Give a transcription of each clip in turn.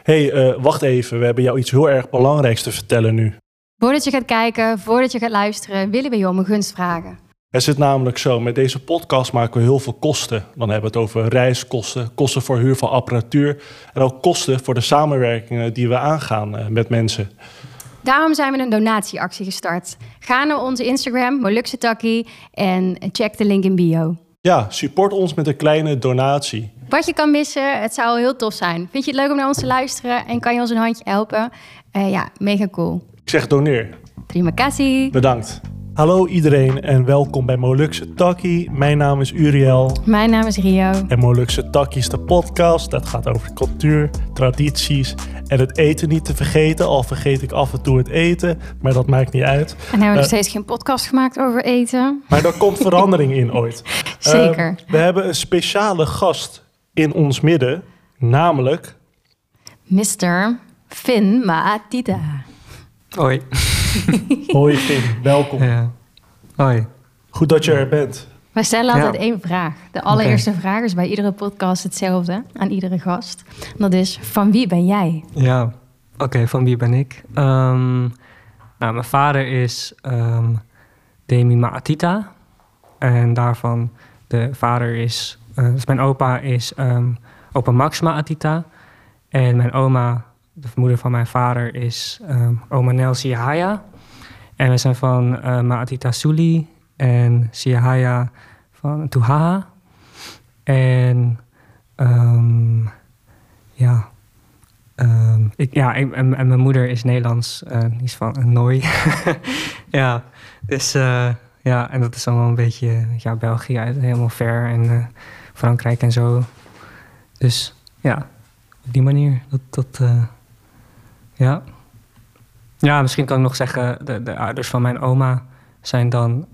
Wacht even. We hebben jou iets heel erg belangrijks te vertellen nu. Voordat je gaat kijken, voordat je gaat luisteren, willen we je om een gunst vragen. Het zit namelijk zo, met deze podcast maken we heel veel kosten. Dan hebben we het over reiskosten, kosten voor huur van apparatuur en ook kosten voor de samenwerkingen die we aangaan met mensen. Daarom zijn we een donatieactie gestart. Ga naar onze Instagram, Molukse Takkie, en check de link in bio. Ja, support ons met een kleine donatie. Wat je kan missen, het zou heel tof zijn. Vind je het leuk om naar ons te luisteren en kan je ons een handje helpen? Mega cool. Ik zeg doneer. Terima kasih. Bedankt. Hallo iedereen en welkom bij Molukse Takkie. Mijn naam is Uriel. Mijn naam is Rio. En Molukse Takkie is de podcast. Dat gaat over cultuur, tradities en het eten niet te vergeten. Al vergeet ik af en toe het eten, maar dat maakt niet uit. En hebben we nog steeds geen podcast gemaakt over eten. Maar daar komt verandering in ooit. Zeker. We hebben een speciale gast in ons midden, namelijk Mr. Finn Maatita. Hoi. Hoi Finn, welkom. Ja. Hoi. Goed dat je er bent. Wij stellen altijd één vraag. De allereerste vraag is bij iedere podcast hetzelfde aan iedere gast. En dat is, van wie ben jij? Ja, oké, van wie ben ik? Mijn vader is Demi Maatita. En daarvan, de vader is... dus mijn opa is opa Max Maatita. En mijn oma, de moeder van mijn vader, is oma Nel Siahaya. En we zijn van Maatita Suli en Siahaya van Tuhaha. En en mijn moeder is Nederlands, die is van Nooi. Ja, dus en dat is allemaal een beetje België uit, helemaal ver en Frankrijk en zo. Dus ja, op die manier. Ja, misschien kan ik nog zeggen, de ouders van mijn oma zijn dan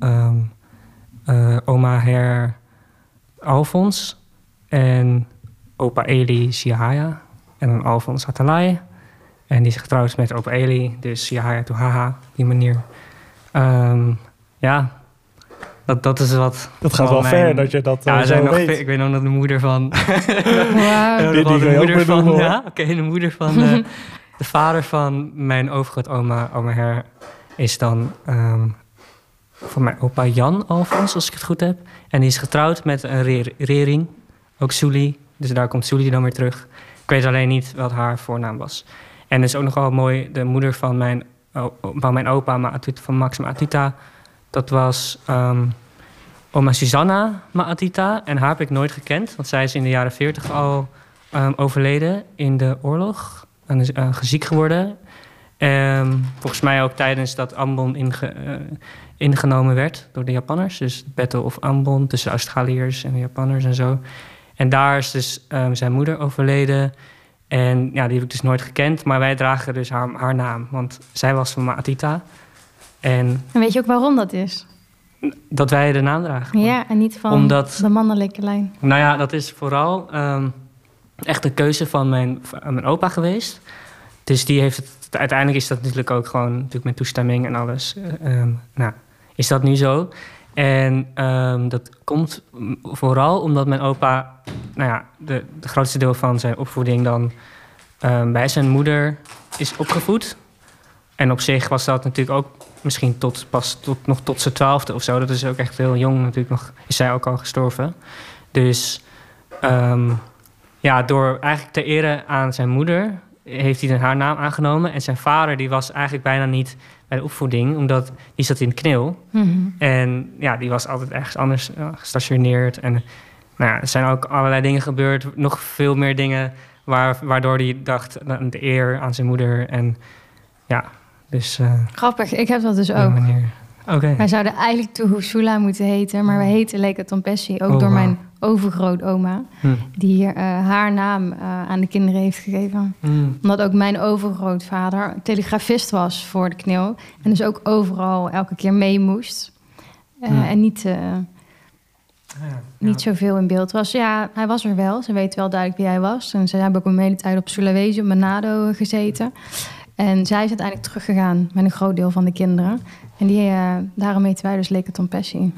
oma Her Alfons en opa Eli Siahaya en dan Alfons Atalay. En die is getrouwd met opa Eli, dus Siahaya Tuhaha, op die manier. Dat is wat... Dat gaat wel ver dat je dat zo weet. Ik weet nog dat de moeder van... Wow. De moeder van de vader van mijn overgrootoma, oma Her, is dan van mijn opa Jan Alfons, als ik het goed heb. En die is getrouwd met een Rering, ook Suli. Dus daar komt Suli dan weer terug. Ik weet alleen niet wat haar voornaam was. En het is ook nog wel mooi, de moeder van mijn opa, van Max Maatita, dat was oma Susanna Maatita. En haar heb ik nooit gekend, want zij is in de jaren 40 al overleden in de oorlog. En is ziek geworden. Volgens mij ook tijdens dat Ambon ingenomen werd door de Japanners. Dus de Battle of Ambon tussen de Australiërs en de Japanners en zo. En daar is dus zijn moeder overleden. En ja, die heb ik dus nooit gekend. Maar wij dragen dus haar naam. Want zij was van Maatita. En weet je ook waarom dat is? Dat wij de naam dragen. Ja, en niet van de mannelijke lijn. Nou ja, dat is vooral echt een keuze van mijn opa geweest. Dus die heeft het... Uiteindelijk is dat natuurlijk ook gewoon natuurlijk met toestemming en alles. Is dat nu zo? En dat komt vooral omdat mijn opa... de grootste deel van zijn opvoeding dan bij zijn moeder is opgevoed. En op zich was dat natuurlijk ook misschien tot zijn 12e of zo. Dat is ook echt heel jong natuurlijk nog. Is zij ook al gestorven. Dus door eigenlijk te eren aan zijn moeder heeft hij haar naam aangenomen. En zijn vader die was eigenlijk bijna niet bij de opvoeding, omdat die zat in Knil. Mm-hmm. En ja, die was altijd ergens anders gestationeerd. En er zijn ook allerlei dingen gebeurd. Nog veel meer dingen waardoor hij dacht de eer aan zijn moeder. En ja, dus... Grappig, ik heb dat dus ook. Okay. Wij zouden eigenlijk Tuhusula moeten heten, maar we heten Leka Tompessi. Ook door mijn overgrootoma, die haar naam aan de kinderen heeft gegeven. Omdat ook mijn overgrootvader telegrafist was voor de Knil. En dus ook overal elke keer mee moest. En niet zoveel in beeld was. Ja, hij was er wel. Ze weten wel duidelijk wie hij was. En ze hebben ook een hele tijd op Sulawesi, op Manado gezeten. En zij is uiteindelijk teruggegaan met een groot deel van de kinderen. En daarom heten wij dus Leka Tompessi.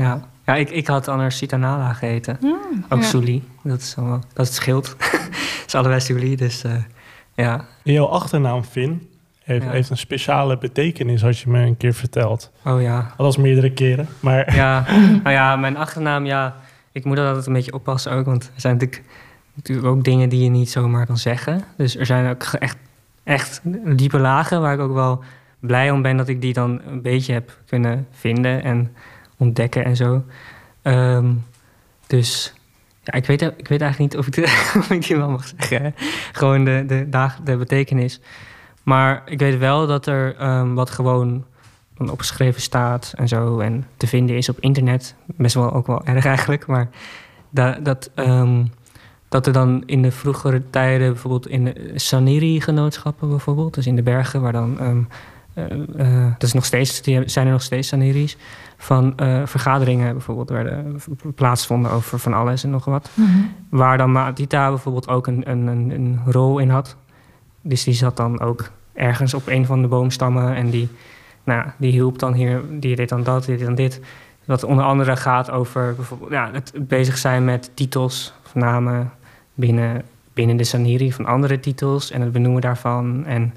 Ja, ik had anders Sitanala geheten. Ook Suli. Dat is het scheelt. is allebei Suli, dus ja. Jouw achternaam Finn heeft een speciale betekenis, had je me een keer verteld. Oh ja. Althans meerdere keren, maar... Ja, nou ja, mijn achternaam, ja, ik moet er altijd een beetje oppassen ook, want er zijn natuurlijk ook dingen die je niet zomaar kan zeggen. Dus er zijn ook echt diepe lagen waar ik ook wel blij om ben dat ik die dan een beetje heb kunnen vinden en ontdekken en zo. Dus ja, ik weet eigenlijk niet of ik die wel mag zeggen. Hè? Gewoon de betekenis. Maar ik weet wel dat er wat gewoon opgeschreven staat en zo en te vinden is op internet. Best wel ook wel erg eigenlijk, maar dat er dan in de vroegere tijden, bijvoorbeeld in de Saniri-genootschappen bijvoorbeeld, dus in de bergen, waar dan, zijn er nog steeds Saniris, van vergaderingen bijvoorbeeld werden plaatsvonden over van alles en nog wat. Mm-hmm. Waar dan Ma'atita bijvoorbeeld ook een rol in had. Dus die zat dan ook ergens op een van de boomstammen en die hielp dan hier, die deed dan dat, die deed dan dit. Wat onder andere gaat over bijvoorbeeld het bezig zijn met titels of namen binnen de Saniri van andere titels en het benoemen daarvan. En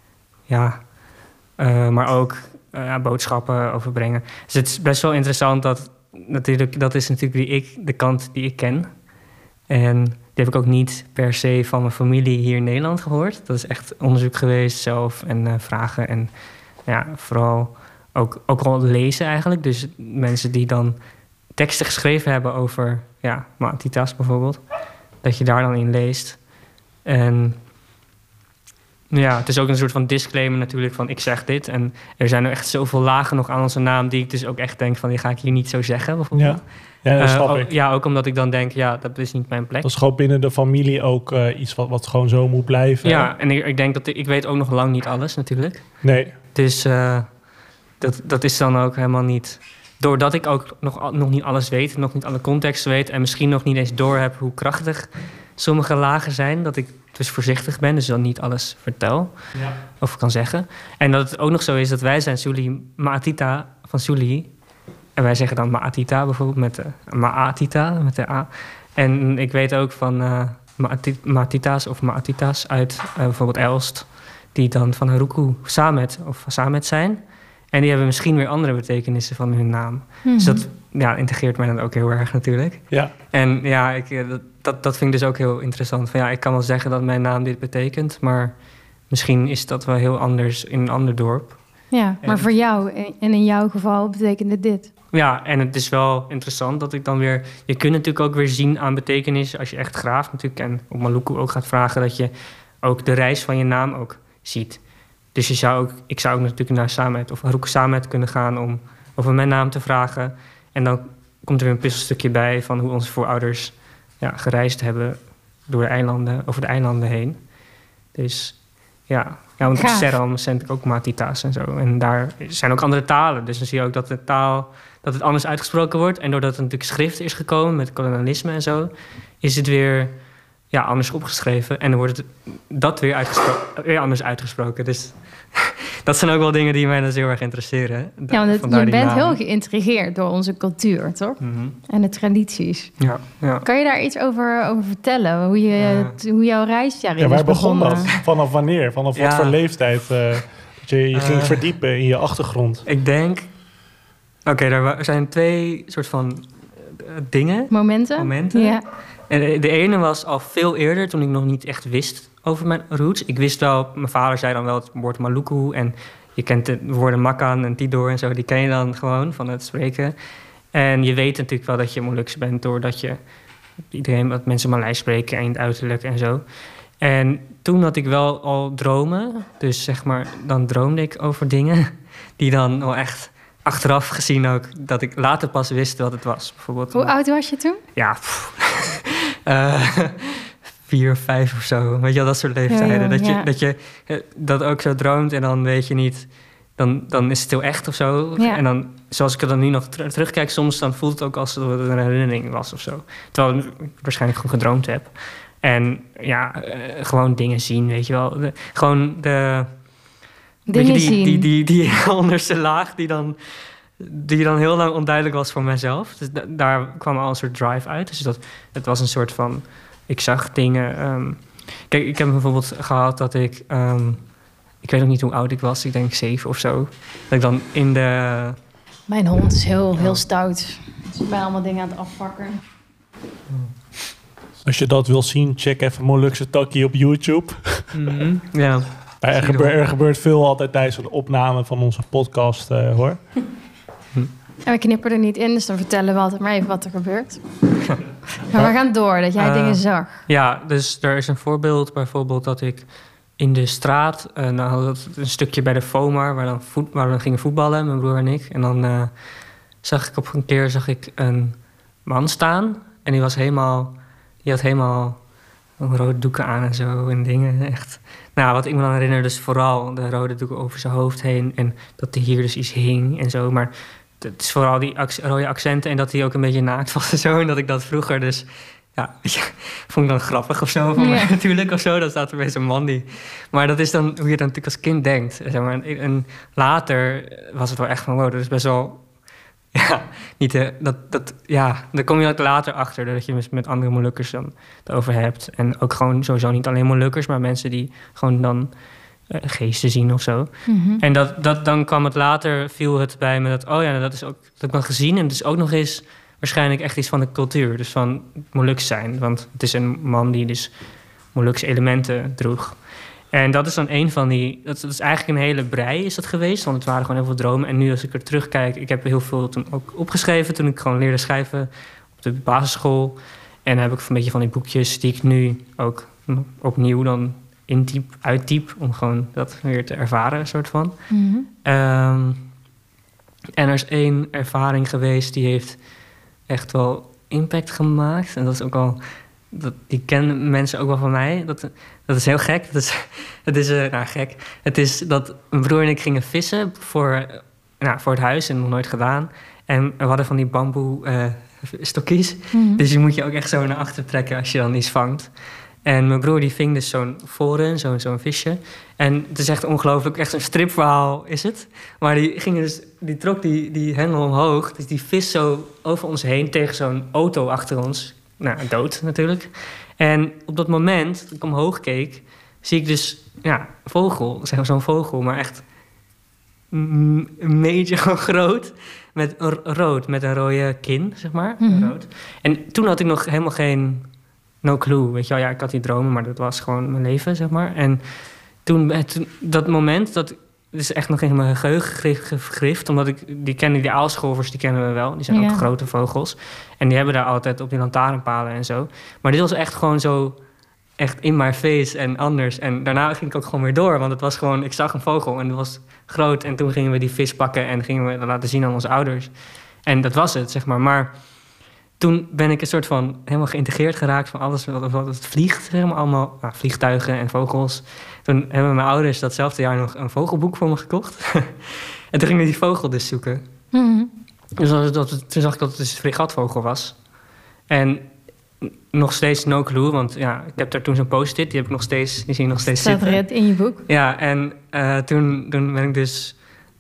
maar ook boodschappen overbrengen. Dus het is best wel interessant dat is natuurlijk de kant die ik ken. En die heb ik ook niet per se van mijn familie hier in Nederland gehoord. Dat is echt onderzoek geweest zelf en vragen en vooral ook wel lezen eigenlijk. Dus mensen die dan teksten geschreven hebben over Ma'atitas bijvoorbeeld. Dat je daar dan in leest. En ja, het is ook een soort van disclaimer natuurlijk van ik zeg dit. En er zijn er echt zoveel lagen nog aan onze naam die ik dus ook echt denk van die ga ik hier niet zo zeggen bijvoorbeeld. Ja, dat snap ik. Ja, ook omdat ik dan denk, dat is niet mijn plek. Dat is gewoon binnen de familie ook iets wat gewoon zo moet blijven. Ja, en ik denk dat ik weet ook nog lang niet alles natuurlijk. Nee. Dus dat is dan ook helemaal niet. Doordat ik ook nog niet alles weet, nog niet alle contexten weet en misschien nog niet eens doorheb hoe krachtig sommige lagen zijn, dat ik dus voorzichtig ben, dus dan niet alles vertel of kan zeggen. En dat het ook nog zo is dat wij zijn Suli Ma'atita van Suli. En wij zeggen dan Ma'atita bijvoorbeeld met de Ma'atita, met de A. En ik weet ook van Ma'atitas of Ma'atitas uit bijvoorbeeld Elst, die dan van Haruku Samet zijn. En die hebben misschien weer andere betekenissen van hun naam. Mm-hmm. Dus dat integreert mij dan ook heel erg natuurlijk. Ja. En dat vind ik dus ook heel interessant. Van, ik kan wel zeggen dat mijn naam dit betekent, maar misschien is dat wel heel anders in een ander dorp. Ja, maar voor jou en in jouw geval betekende dit. Ja, en het is wel interessant dat ik dan weer... Je kunt natuurlijk ook weer zien aan betekenis als je echt graaft natuurlijk en op Maluku ook gaat vragen dat je ook de reis van je naam ook ziet. Dus ik zou ook natuurlijk naar Samet of Haruku Samet kunnen gaan om over mijn naam te vragen. En dan komt er weer een puzzelstukje bij van hoe onze voorouders gereisd hebben over de eilanden heen. Dus want op Seram zend ik ook Ma'atita's en zo. En daar zijn ook andere talen. Dus dan zie je ook dat het anders uitgesproken wordt. En doordat er natuurlijk schrift is gekomen met kolonialisme en zo, is het weer anders opgeschreven. En dan wordt dat weer anders uitgesproken. Dus dat zijn ook wel dingen die mij dus heel erg interesseren. Ja, want je bent heel geïntrigeerd door onze cultuur, toch? Mm-hmm. En de tradities. Ja. Kan je daar iets over vertellen? Hoe jouw reis daarin is waar begon dat? Vanaf wanneer? Vanaf wat voor leeftijd? Dat je ging verdiepen in je achtergrond? Ik denk... Oké, er zijn 2 soort van dingen. Momenten. Ja. En de ene was al veel eerder, toen ik nog niet echt wist over mijn roots. Ik wist wel, mijn vader zei dan wel het woord Maluku. En je kent de woorden Makan en Tidor en zo. Die ken je dan gewoon van het spreken. En je weet natuurlijk wel dat je Moluks bent doordat dat mensen Maleis spreken en het uiterlijk en zo. En toen had ik wel al dromen. Dus zeg maar, dan droomde ik over dingen die dan wel echt... Achteraf gezien ook, dat ik later pas wist wat het was. Bijvoorbeeld, hoe oud was je toen? Ja, 4 of 5 of zo. Weet je wel, dat soort leeftijden. Dat je dat ook zo droomt en dan weet je niet... Dan is het heel echt of zo. Ja. En dan, zoals ik er dan nu nog terugkijk... soms dan voelt het ook alsof het een herinnering was of zo. Terwijl ik waarschijnlijk gewoon gedroomd heb. En gewoon dingen zien, weet je wel. Gewoon de... Dingen zien. Die onderste laag die dan heel lang onduidelijk was voor mezelf. Dus daar kwam al een soort drive uit. Dus het was een soort van... Ik zag dingen Kijk, ik heb bijvoorbeeld gehad dat ik... ik weet ook niet hoe oud ik was. Ik denk 7 of zo. Dat ik dan in de... Mijn hond is heel stout. Dus ik ben allemaal dingen aan het afpakken. Als je dat wil zien, check even Molukse Takkie op YouTube. Ja. Er gebeurt veel altijd tijdens de opname van onze podcast, hoor. En we knippen er niet in, dus dan vertellen we altijd maar even wat er gebeurt. Maar we gaan door, dat jij dingen zag. Ja, dus er is een voorbeeld, bijvoorbeeld dat ik in de straat... een stukje bij de FOMAR, waar we dan gingen voetballen, mijn broer en ik. En dan zag ik een keer een man staan. En die had helemaal rode doeken aan en zo en dingen. Echt. Nou, wat ik me dan herinner, dus vooral de rode doeken over zijn hoofd heen. En dat hij hier dus iets hing en zo. Maar het is vooral die rode accenten en dat hij ook een beetje naakt was en zo. En dat ik dat vroeger dus... Ja, vond ik dan grappig of zo van mij natuurlijk of zo. Dat staat er bij zo'n man die... Maar dat is dan hoe je dan natuurlijk als kind denkt. Zeg maar. En later was het wel echt van... Wow, dat is best wel... Ja, niet daar kom je ook later achter... dat je met andere Molukkers dan het over hebt. En ook gewoon sowieso niet alleen Molukkers... maar mensen die gewoon dan geesten zien of zo. Mm-hmm. En dan kwam het later, viel het bij me dat... Oh ja, dat is ook dat heb ik dan gezien. En het is ook nog eens waarschijnlijk echt iets van de cultuur. Dus van Moluks zijn. Want het is een man die dus Molukse elementen droeg. En dat is dan een van die... Dat is eigenlijk een hele brei is dat geweest. Want het waren gewoon heel veel dromen. En nu als ik er terugkijk... Ik heb heel veel toen ook opgeschreven... toen ik gewoon leerde schrijven op de basisschool. En dan heb ik een beetje van die boekjes... die ik nu ook opnieuw dan uittyp... om gewoon dat weer te ervaren, een soort van. Mm-hmm. En er is 1 ervaring geweest... die heeft echt wel impact gemaakt. En dat is ook al... die kennen mensen ook wel van mij. Dat is heel gek. Het is gek. Het is dat mijn broer en ik gingen vissen voor het huis. En nog nooit gedaan. En we hadden van die bamboe stokjes. Mm-hmm. Dus die moet je ook echt zo naar achter trekken als je dan iets vangt. En mijn broer die ving dus zo'n voren, zo'n visje. En het is echt ongelooflijk, echt een stripverhaal is het. Maar die trok die hendel omhoog. Dus die vis zo over ons heen tegen zo'n auto achter ons. Nou, dood natuurlijk. En op dat moment, dat ik omhoog keek... zie ik dus, vogel, zeg maar zo'n vogel... maar echt een beetje groot... met een rode kin, zeg maar. Mm-hmm. Rood. En toen had ik nog helemaal geen... no clue, weet je wel. Ja, ik had die dromen, maar dat was gewoon mijn leven, zeg maar. En toen dat moment... dat is echt nog in mijn geheugen gegrift. Omdat die aalscholvers, die kennen we wel. Die zijn ook grote vogels. En die hebben daar altijd op die lantaarnpalen en zo. Maar dit was echt gewoon zo... echt in my face en anders. En daarna ging ik ook gewoon weer door. Want het was gewoon... Ik zag een vogel en dat was groot. En toen gingen we die vis pakken en gingen we dat laten zien aan onze ouders. En dat was het, zeg maar. Maar toen ben ik een soort van helemaal geïntegreerd geraakt... van alles wat het vliegt. Zeg maar, allemaal vliegtuigen en vogels... Toen hebben mijn ouders datzelfde jaar nog een vogelboek voor me gekocht. En toen gingen we die vogel dus zoeken. Mm-hmm. Dus toen zag ik dat het dus een fregatvogel was. En nog steeds no clue, want ik heb daar toen zo'n post-it. Die zie je nog steeds zitten. Staat er in je boek? Ja, en toen ben ik dus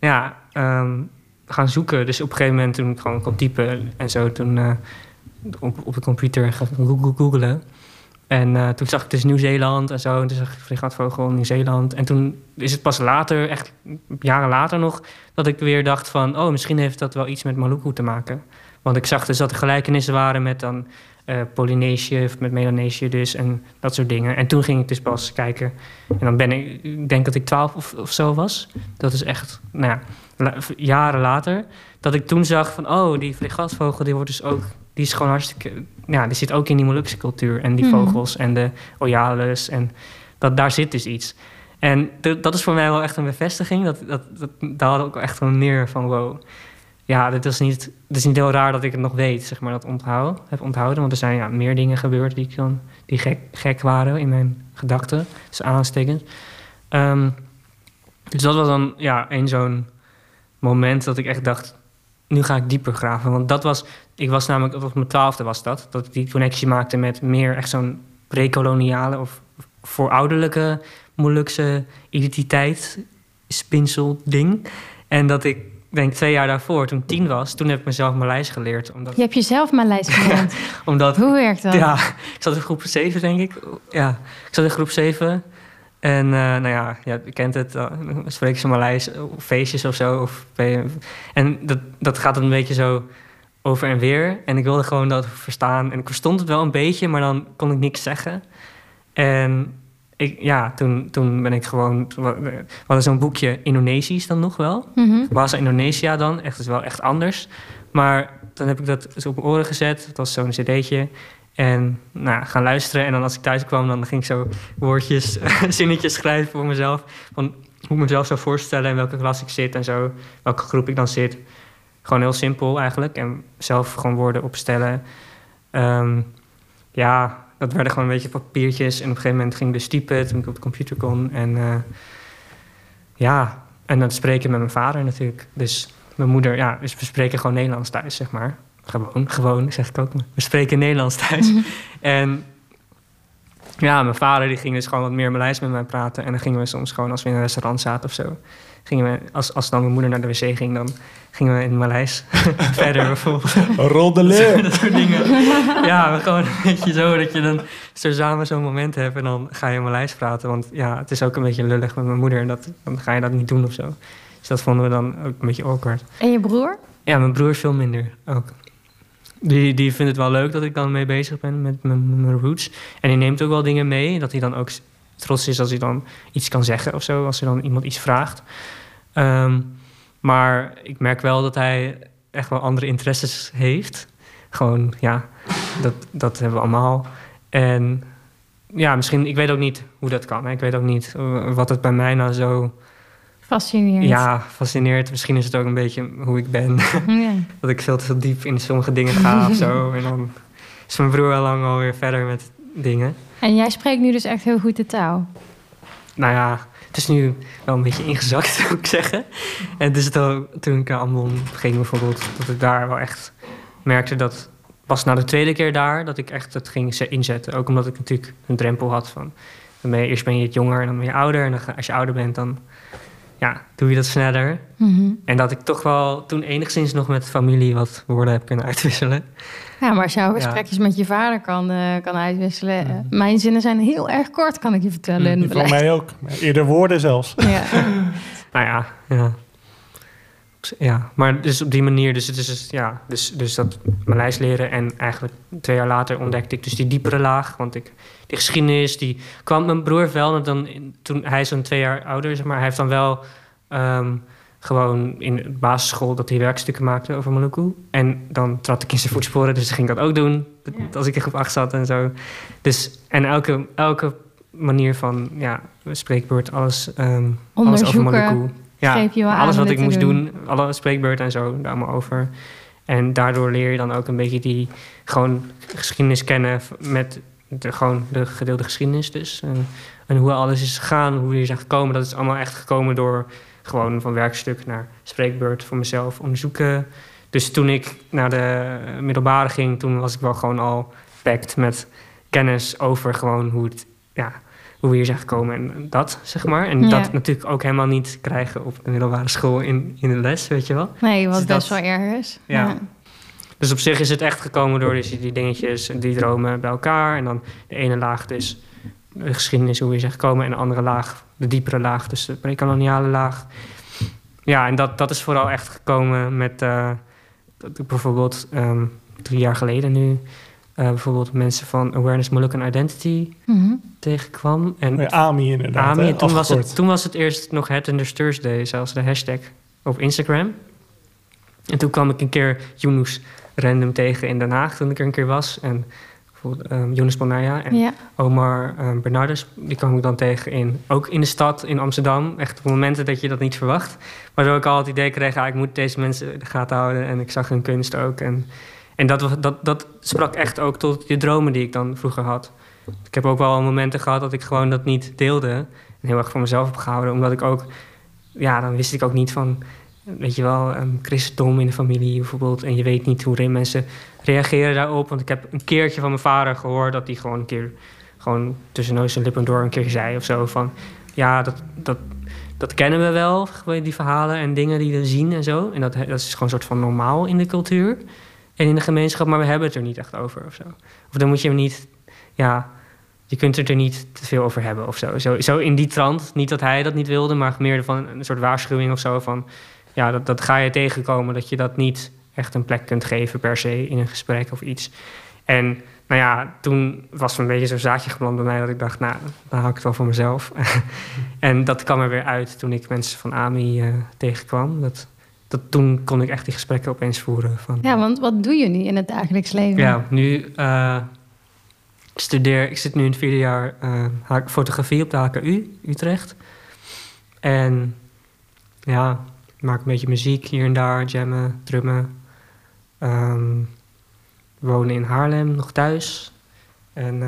gaan zoeken. Dus op een gegeven moment toen ik gewoon kon typen en zo... toen op de computer gaan googlen... En toen zag ik dus Nieuw-Zeeland en zo. En toen zag ik fregatvogel Nieuw-Zeeland. En toen is het pas later, echt jaren later nog... dat ik weer dacht van... oh, misschien heeft dat wel iets met Maluku te maken. Want ik zag dus dat er gelijkenissen waren met dan Polynesië... of met Melanesië dus en dat soort dingen. En toen ging ik dus pas kijken. En dan ik denk dat ik 12 of zo was. Dat is echt, jaren later... dat ik toen zag van... oh, die fregatvogel die wordt dus ook... die is gewoon hartstikke... Ja, die zit ook in die Molukse cultuur. En die vogels en de Oyales. En daar zit dus iets. En dat is voor mij wel echt een bevestiging. Daar had ik ook echt een meer van... wow, ja, het is niet heel raar dat ik het nog weet, zeg maar, dat heb onthouden. Want er zijn meer dingen gebeurd die gek waren in mijn gedachten. Dus aanstekens. Dus dat was dan een zo'n moment dat ik echt dacht... nu ga ik dieper graven. Want ik was namelijk op mijn 12e was dat ik die connectie maakte met meer echt zo'n pre-koloniale of voorouderlijke Molukse identiteit, spinsel ding. En dat ik denk 2 jaar daarvoor, toen ik 10 was... toen heb ik mezelf Maleis geleerd. Je hebt jezelf Maleis geleerd? Omdat, hoe werkt dat? Ja, ik zat in groep 7, denk ik. Ja, ik zat in groep 7... En je kent het, dan spreken ze Maleis op feestjes of zo. En dat gaat dan een beetje zo over en weer. En ik wilde gewoon dat verstaan. En ik verstond het wel een beetje, maar dan kon ik niks zeggen. En toen ben ik gewoon... We hadden zo'n boekje Indonesisch dan nog wel. Bahasa Indonesia dan, echt, is wel echt anders. Maar dan heb ik dat zo op mijn oren gezet. Het was zo'n cd'tje. En gaan luisteren. En dan als ik thuis kwam, dan ging ik zo woordjes, zinnetjes schrijven voor mezelf. Van hoe ik mezelf zou voorstellen in welke klas ik zit en zo. Welke groep ik dan zit. Gewoon heel simpel eigenlijk. En zelf gewoon woorden opstellen. Dat werden gewoon een beetje papiertjes. En op een gegeven moment ging ik dus typen toen ik op de computer kon. En en dan spreken met mijn vader natuurlijk. Dus mijn moeder, dus we spreken gewoon Nederlands thuis, zeg maar. Gewoon, zeg ik ook. We spreken Nederlands thuis. En mijn vader die ging dus gewoon wat meer Maleis met mij praten. En dan gingen we soms gewoon, als we in een restaurant zaten of zo... gingen we, als dan mijn moeder naar de wc ging, dan gingen we in Maleis verder bijvoorbeeld. Roddelen! Dat soort dingen. Ja, gewoon een beetje zo dat je dan zo samen zo'n moment hebt... en dan ga je Maleis praten. Want het is ook een beetje lullig met mijn moeder. En dan ga je dat niet doen of zo. Dus dat vonden we dan ook een beetje awkward. En je broer? Ja, mijn broer is veel minder ook. Die vindt het wel leuk dat ik dan mee bezig ben met mijn roots. En die neemt ook wel dingen mee. Dat hij dan ook trots is als hij dan iets kan zeggen of zo. Als er dan iemand iets vraagt. Maar ik merk wel dat hij echt wel andere interesses heeft. Gewoon, dat hebben we allemaal. En misschien, ik weet ook niet hoe dat kan. Hè. Ik weet ook niet wat het bij mij nou zo... Fascineert. Ja, fascineert. Misschien is het ook een beetje hoe ik ben. Ja. Dat ik veel te veel diep in sommige dingen ga of zo. En dan is mijn broer al lang alweer verder met dingen. En jij spreekt nu dus echt heel goed de taal? Nou ja, het is nu wel een beetje ingezakt, moet ik zeggen. En dus toen ik naar Ambon ging bijvoorbeeld... dat ik daar wel echt merkte dat... pas na de tweede keer daar, dat ik echt het ging inzetten. Ook omdat ik natuurlijk een drempel had van... eerst ben je het jonger en dan ben je ouder. En dan, als je ouder bent, dan... doe je dat sneller. En dat ik toch wel toen enigszins nog met familie wat woorden heb kunnen uitwisselen. Ja, maar als jouw gesprekjes met je vader kan uitwisselen... Mijn zinnen zijn heel erg kort, kan ik je vertellen. Voor mij ook. Eerder woorden zelfs. Ja. Ja, maar dus op die manier... Dus dat Maleis leren. En eigenlijk 2 jaar later ontdekte ik dus die diepere laag. Want die geschiedenis, die kwam mijn broer wel... toen hij is zo'n 2 jaar ouder, zeg maar... hij heeft dan wel gewoon in de basisschool... dat hij werkstukken maakte over Maluku. En dan trad ik in zijn voetsporen, dus ging ik dat ook doen. Als ik in groep 8 zat en zo. Dus, en elke manier van spreekbeurt, alles over Maluku... alles wat ik moest doen, alle spreekbeurten en zo, daar allemaal over. En daardoor leer je dan ook een beetje die gewoon geschiedenis kennen met de gedeelde geschiedenis dus. En hoe alles is gegaan, hoe je er zijn gekomen. Dat is allemaal echt gekomen door gewoon van werkstuk naar spreekbeurt voor mezelf onderzoeken. Dus toen ik naar de middelbare ging, toen was ik wel gewoon al packed met kennis over gewoon hoe we hier zijn gekomen en dat, zeg maar. En dat natuurlijk ook helemaal niet krijgen op de middelbare school in de les, weet je wel. Nee, wat dus best wel erg is. Ja. Dus op zich is het echt gekomen door die dingetjes, die dromen bij elkaar. En dan de ene laag dus de geschiedenis, hoe we hier zijn gekomen. En de andere laag, de diepere laag, dus de prekoloniale laag. Ja, en dat is vooral echt gekomen met... dat ik bijvoorbeeld 3 jaar geleden nu... bijvoorbeeld mensen van Awareness Moluccan Identity tegenkwam. En AMI inderdaad. AMI, toen was het eerst nog Headhunters Thursday, zelfs de hashtag op Instagram. En toen kwam ik een keer Yunus random tegen in Den Haag, toen ik er een keer was. En bijvoorbeeld Yunus Bonaya en Omar Bernardus, die kwam ik dan tegen ook in de stad, in Amsterdam. Echt op momenten dat je dat niet verwacht. Waardoor ik al het idee kreeg, ik moet deze mensen in de gaten houden. En ik zag hun kunst ook. En dat sprak echt ook tot die dromen die ik dan vroeger had. Ik heb ook wel momenten gehad dat ik gewoon dat niet deelde. En heel erg voor mezelf heb gehouden. Omdat ik ook... dan wist ik ook niet van... Weet je wel, christendom in de familie bijvoorbeeld. En je weet niet hoe mensen reageren daarop. Want ik heb een keertje van mijn vader gehoord... dat hij gewoon een keer... gewoon tussen neus en lippen door een keer zei of zo van... dat kennen we wel, die verhalen en dingen die we zien en zo. En dat is gewoon een soort van normaal in de cultuur en in de gemeenschap, maar we hebben het er niet echt over of zo. Of dan moet je hem niet, je kunt het er niet te veel over hebben of zo. Zo in die trant, niet dat hij dat niet wilde, maar meer van een soort waarschuwing of zo van, dat ga je tegenkomen, dat je dat niet echt een plek kunt geven per se in een gesprek of iets. En toen was er een beetje zo'n zaadje geplant bij mij dat ik dacht, dan hou ik het wel voor mezelf. En dat kwam er weer uit toen ik mensen van AMI tegenkwam. Toen kon ik echt die gesprekken opeens voeren. Ja, want wat doe je nu in het dagelijks leven? Ja, nu ik zit nu in het 4e jaar fotografie op de HKU Utrecht. En maak een beetje muziek hier en daar, jammen, drummen. Wonen in Haarlem, nog thuis. En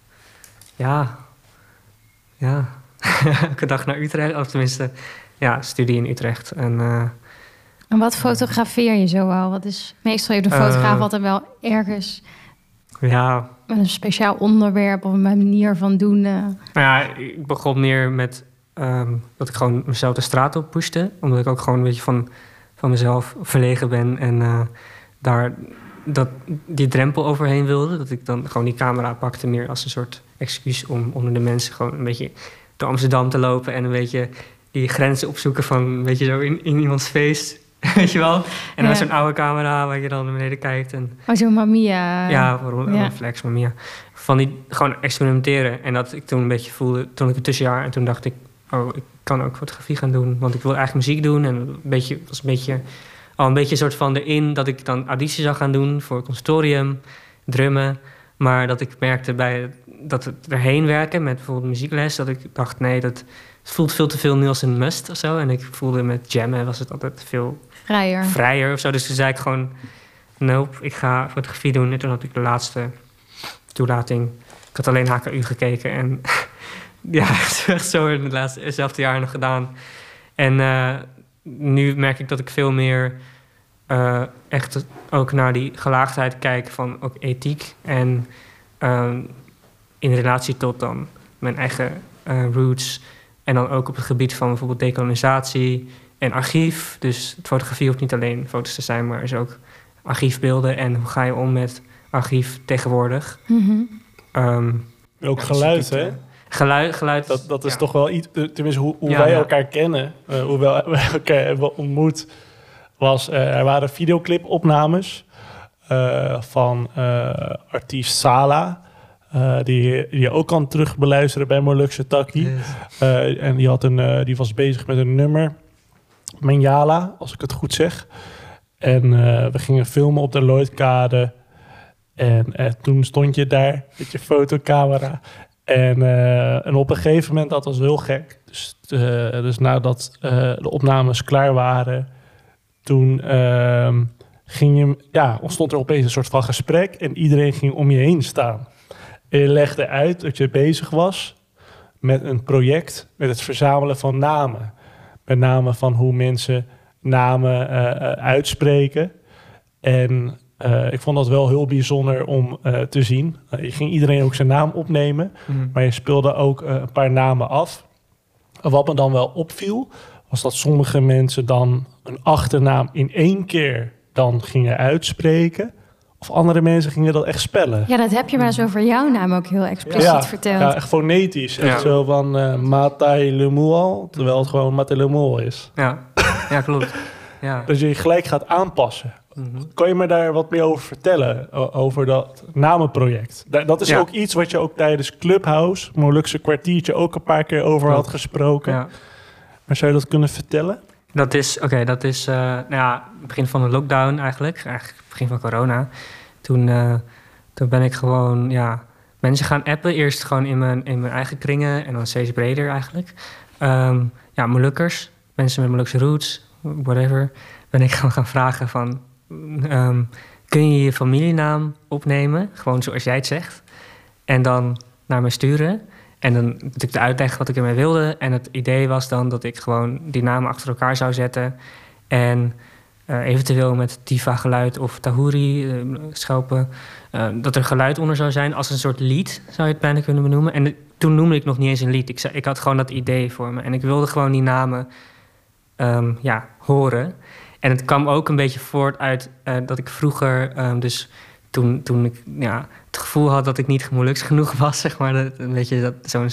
elke dag naar Utrecht. Of tenminste, studie in Utrecht. En wat fotografeer je zo al? Wat is meestal heeft een fotograaf altijd wel ergens met een speciaal onderwerp of een manier van doen? Ik begon meer met dat ik gewoon mezelf de straat op pushte. Omdat ik ook gewoon een beetje van mezelf verlegen ben. En die drempel overheen wilde. Dat ik dan gewoon die camera pakte meer als een soort excuus om onder de mensen gewoon een beetje door Amsterdam te lopen. En een beetje die grenzen opzoeken van een beetje zo in iemands face. Weet je wel? En dan zo'n oude camera waar je dan naar beneden kijkt. En zo'n Mamiya. Een flex Mamiya. Van die gewoon experimenteren. En dat ik toen een beetje voelde, toen ik het tussenjaar. En toen dacht ik, ik kan ook fotografie gaan doen. Want ik wil eigenlijk muziek doen. En was een beetje een soort van erin dat ik dan auditie zou gaan doen voor het conservatorium, drummen. Maar dat ik merkte bij dat het erheen werken met bijvoorbeeld muziekles, dat ik dacht, nee, het voelt veel te veel nu als een must of zo. En ik voelde met jammen was het altijd veel vrijer of zo. Dus toen zei ik gewoon, nope, ik ga fotografie doen. En toen had ik de laatste toelating. Ik had alleen HKU gekeken en het is echt zo in hetzelfde jaar nog gedaan. En nu merk ik dat ik veel meer echt ook naar die gelaagdheid kijk van ook ethiek. En in relatie tot dan mijn eigen roots. En dan ook op het gebied van bijvoorbeeld dekolonisatie en archief. Dus fotografie hoeft niet alleen foto's te zijn, maar is ook archiefbeelden. En hoe ga je om met archief tegenwoordig? Mm-hmm. Ook geluid, hè? Geluid. Dat is toch wel iets, tenminste hoe wij elkaar kennen, hoe wij elkaar hebben ontmoet, was er waren videoclipopnames van artiest Sala, die je ook kan terugbeluisteren bij Molukse Takkie. Yes. En die was bezig met een nummer, Menjala, als ik het goed zeg. En we gingen filmen op de Lloydkade. En toen stond je daar met je fotocamera. En op een gegeven moment, dat was heel gek. Dus nadat de opnames klaar waren, toen ontstond er opeens een soort van gesprek. En iedereen ging om je heen staan. En je legde uit dat je bezig was met een project, met het verzamelen van namen. Met name van hoe mensen namen uitspreken. En ik vond dat wel heel bijzonder om te zien. Je ging iedereen ook zijn naam opnemen, maar je speelde ook een paar namen af. En wat me dan wel opviel, was dat sommige mensen dan een achternaam in 1 keer dan gingen uitspreken. Of andere mensen gingen dat echt spellen. Ja, dat heb je maar eens over jouw naam ook heel expliciet verteld. Ja, echt fonetisch. Echt zo van Matai Lemual, terwijl het gewoon Matai Lemual is. Ja, klopt. Ja. Dus je gelijk gaat aanpassen. Mm-hmm. Kan je me daar wat meer over vertellen? Over dat namenproject? Dat is ook iets wat je ook tijdens Clubhouse, Molukse kwartiertje, ook een paar keer over had gesproken. Ja. Maar zou je dat kunnen vertellen? Dat is het begin van de lockdown eigenlijk het begin van corona. Toen ben ik gewoon mensen gaan appen. Eerst gewoon in mijn eigen kringen en dan steeds breder eigenlijk. Molukkers, mensen met Molukse roots, whatever. Ben ik gewoon gaan vragen van, kun je je familienaam opnemen? Gewoon zoals jij het zegt. En dan naar me sturen. En dan moet ik de uitleg wat ik ermee wilde. En het idee was dan dat ik gewoon die namen achter elkaar zou zetten. En eventueel met Tifa-geluid of Tahuri, schelpen. Dat er geluid onder zou zijn als een soort lied, zou je het bijna kunnen benoemen. En toen noemde ik nog niet eens een lied. Ik had gewoon dat idee voor me. En ik wilde gewoon die namen horen. En het kwam ook een beetje voort uit dat ik vroeger... dus toen ik het gevoel had dat ik niet Moluks genoeg was, zeg maar. Een beetje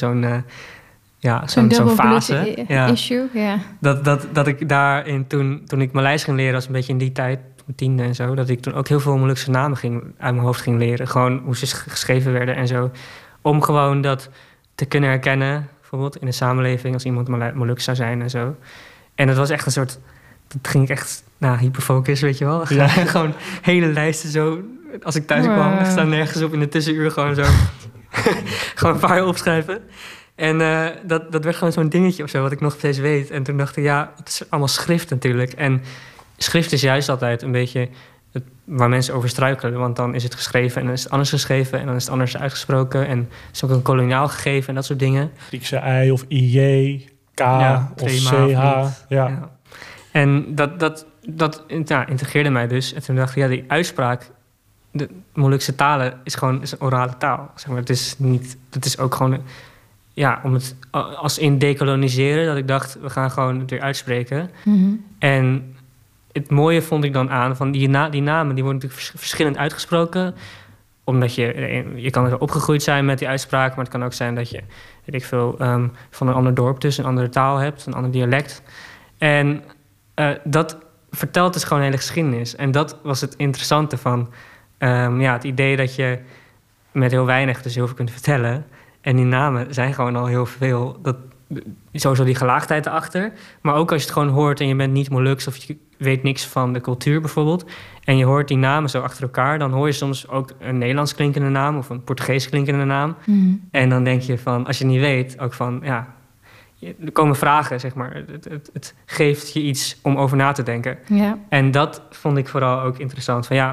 zo'n fase. Issue, ja. Dat ik daarin, toen ik Maleis ging leren, was een beetje in die tijd, mijn 10e en zo, dat ik toen ook heel veel Molukse namen uit mijn hoofd ging leren. Gewoon hoe ze geschreven werden en zo. Om gewoon dat te kunnen herkennen, bijvoorbeeld in de samenleving, als iemand Moluks zou zijn en zo. En dat was echt een soort... Dat ging ik echt hyperfocus, weet je wel. Ja. Gewoon hele lijsten zo. Als ik thuis kwam, ik sta nergens op in de tussenuur gewoon zo. Gewoon een paar opschrijven. En dat werd gewoon zo'n dingetje of zo, wat ik nog steeds weet. En toen dacht ik, het is allemaal schrift natuurlijk. En schrift is juist altijd een beetje waar mensen over struikelen. Want dan is het geschreven en dan is het anders geschreven en dan is het anders uitgesproken. En het is ook een koloniaal gegeven en dat soort dingen. Griekse I of IJ, K of CH. Ja. En dat integreerde mij dus. En toen dacht ik, die uitspraak, de Molukse talen is een orale taal. Zeg maar. Het is ook gewoon, om het als in dekoloniseren, dat ik dacht, we gaan gewoon het weer uitspreken. Mm-hmm. En het mooie vond ik dan aan van die namen, die worden natuurlijk verschillend uitgesproken. Omdat je kan er opgegroeid zijn met die uitspraak, maar het kan ook zijn dat je, weet ik veel, van een ander dorp dus een andere taal hebt, een ander dialect. En dat vertelt dus gewoon een hele geschiedenis. En dat was het interessante van het idee dat je met heel weinig dus heel veel kunt vertellen. En die namen zijn gewoon al heel veel. Sowieso die gelaagdheid erachter. Maar ook als je het gewoon hoort en je bent niet Moluks of je weet niks van de cultuur bijvoorbeeld. En je hoort die namen zo achter elkaar. Dan hoor je soms ook een Nederlands klinkende naam of een Portugees klinkende naam. Mm. En dan denk je van, als je het niet weet, ook van er komen vragen, zeg maar. Het geeft je iets om over na te denken. Ja. En dat vond ik vooral ook interessant. Van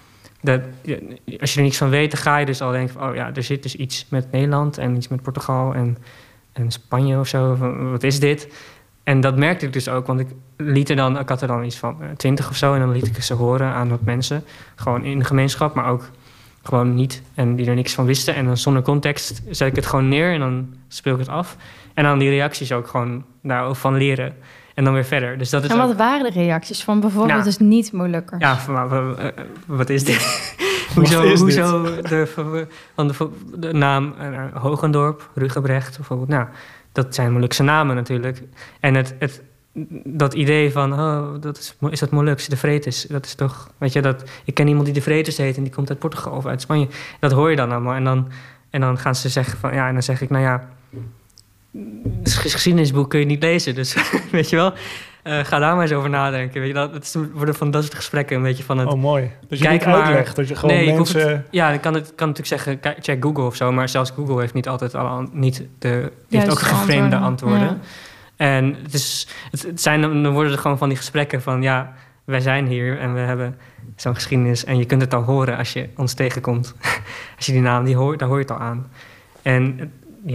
als je er niks van weet, dan ga je dus al denken van, er zit dus iets met Nederland en iets met Portugal en Spanje of zo. Wat is dit? En dat merkte ik dus ook, want ik had er dan iets van 20 of zo. En dan liet ik ze horen aan wat mensen. Gewoon in de gemeenschap, maar ook gewoon niet. En die er niks van wisten. En dan zonder context zet ik het gewoon neer en dan speel ik het af. En dan die reacties ook gewoon daarvan leren. En dan weer verder. Dus dat is en wat waren de reacties van bijvoorbeeld dus niet-Molukkers? Ja, wat is dit? Hoezo de naam Hogendorp, Rugebrecht bijvoorbeeld. Nou, dat zijn Molukse namen natuurlijk. En dat idee van, is dat Moluks, de Vretes? Dat is toch, weet je, ik ken iemand die de Vretes heet en die komt uit Portugal of uit Spanje. Dat hoor je dan allemaal. En dan gaan ze zeggen van, en dan zeg ik, geschiedenisboek kun je niet lezen, dus weet je wel, ga daar maar eens over nadenken. Weet je, het worden van dat soort gesprekken een beetje van het... Oh, mooi. Dus je niet uitlegt, dat je gewoon mensen... ik kan natuurlijk zeggen, check Google of zo, maar zelfs Google heeft niet altijd heeft ook gevreemde antwoorden. Ja. En dan worden er gewoon van die gesprekken van, wij zijn hier en we hebben zo'n geschiedenis en je kunt het al horen als je ons tegenkomt. Als je die naam, daar hoor je het al aan. En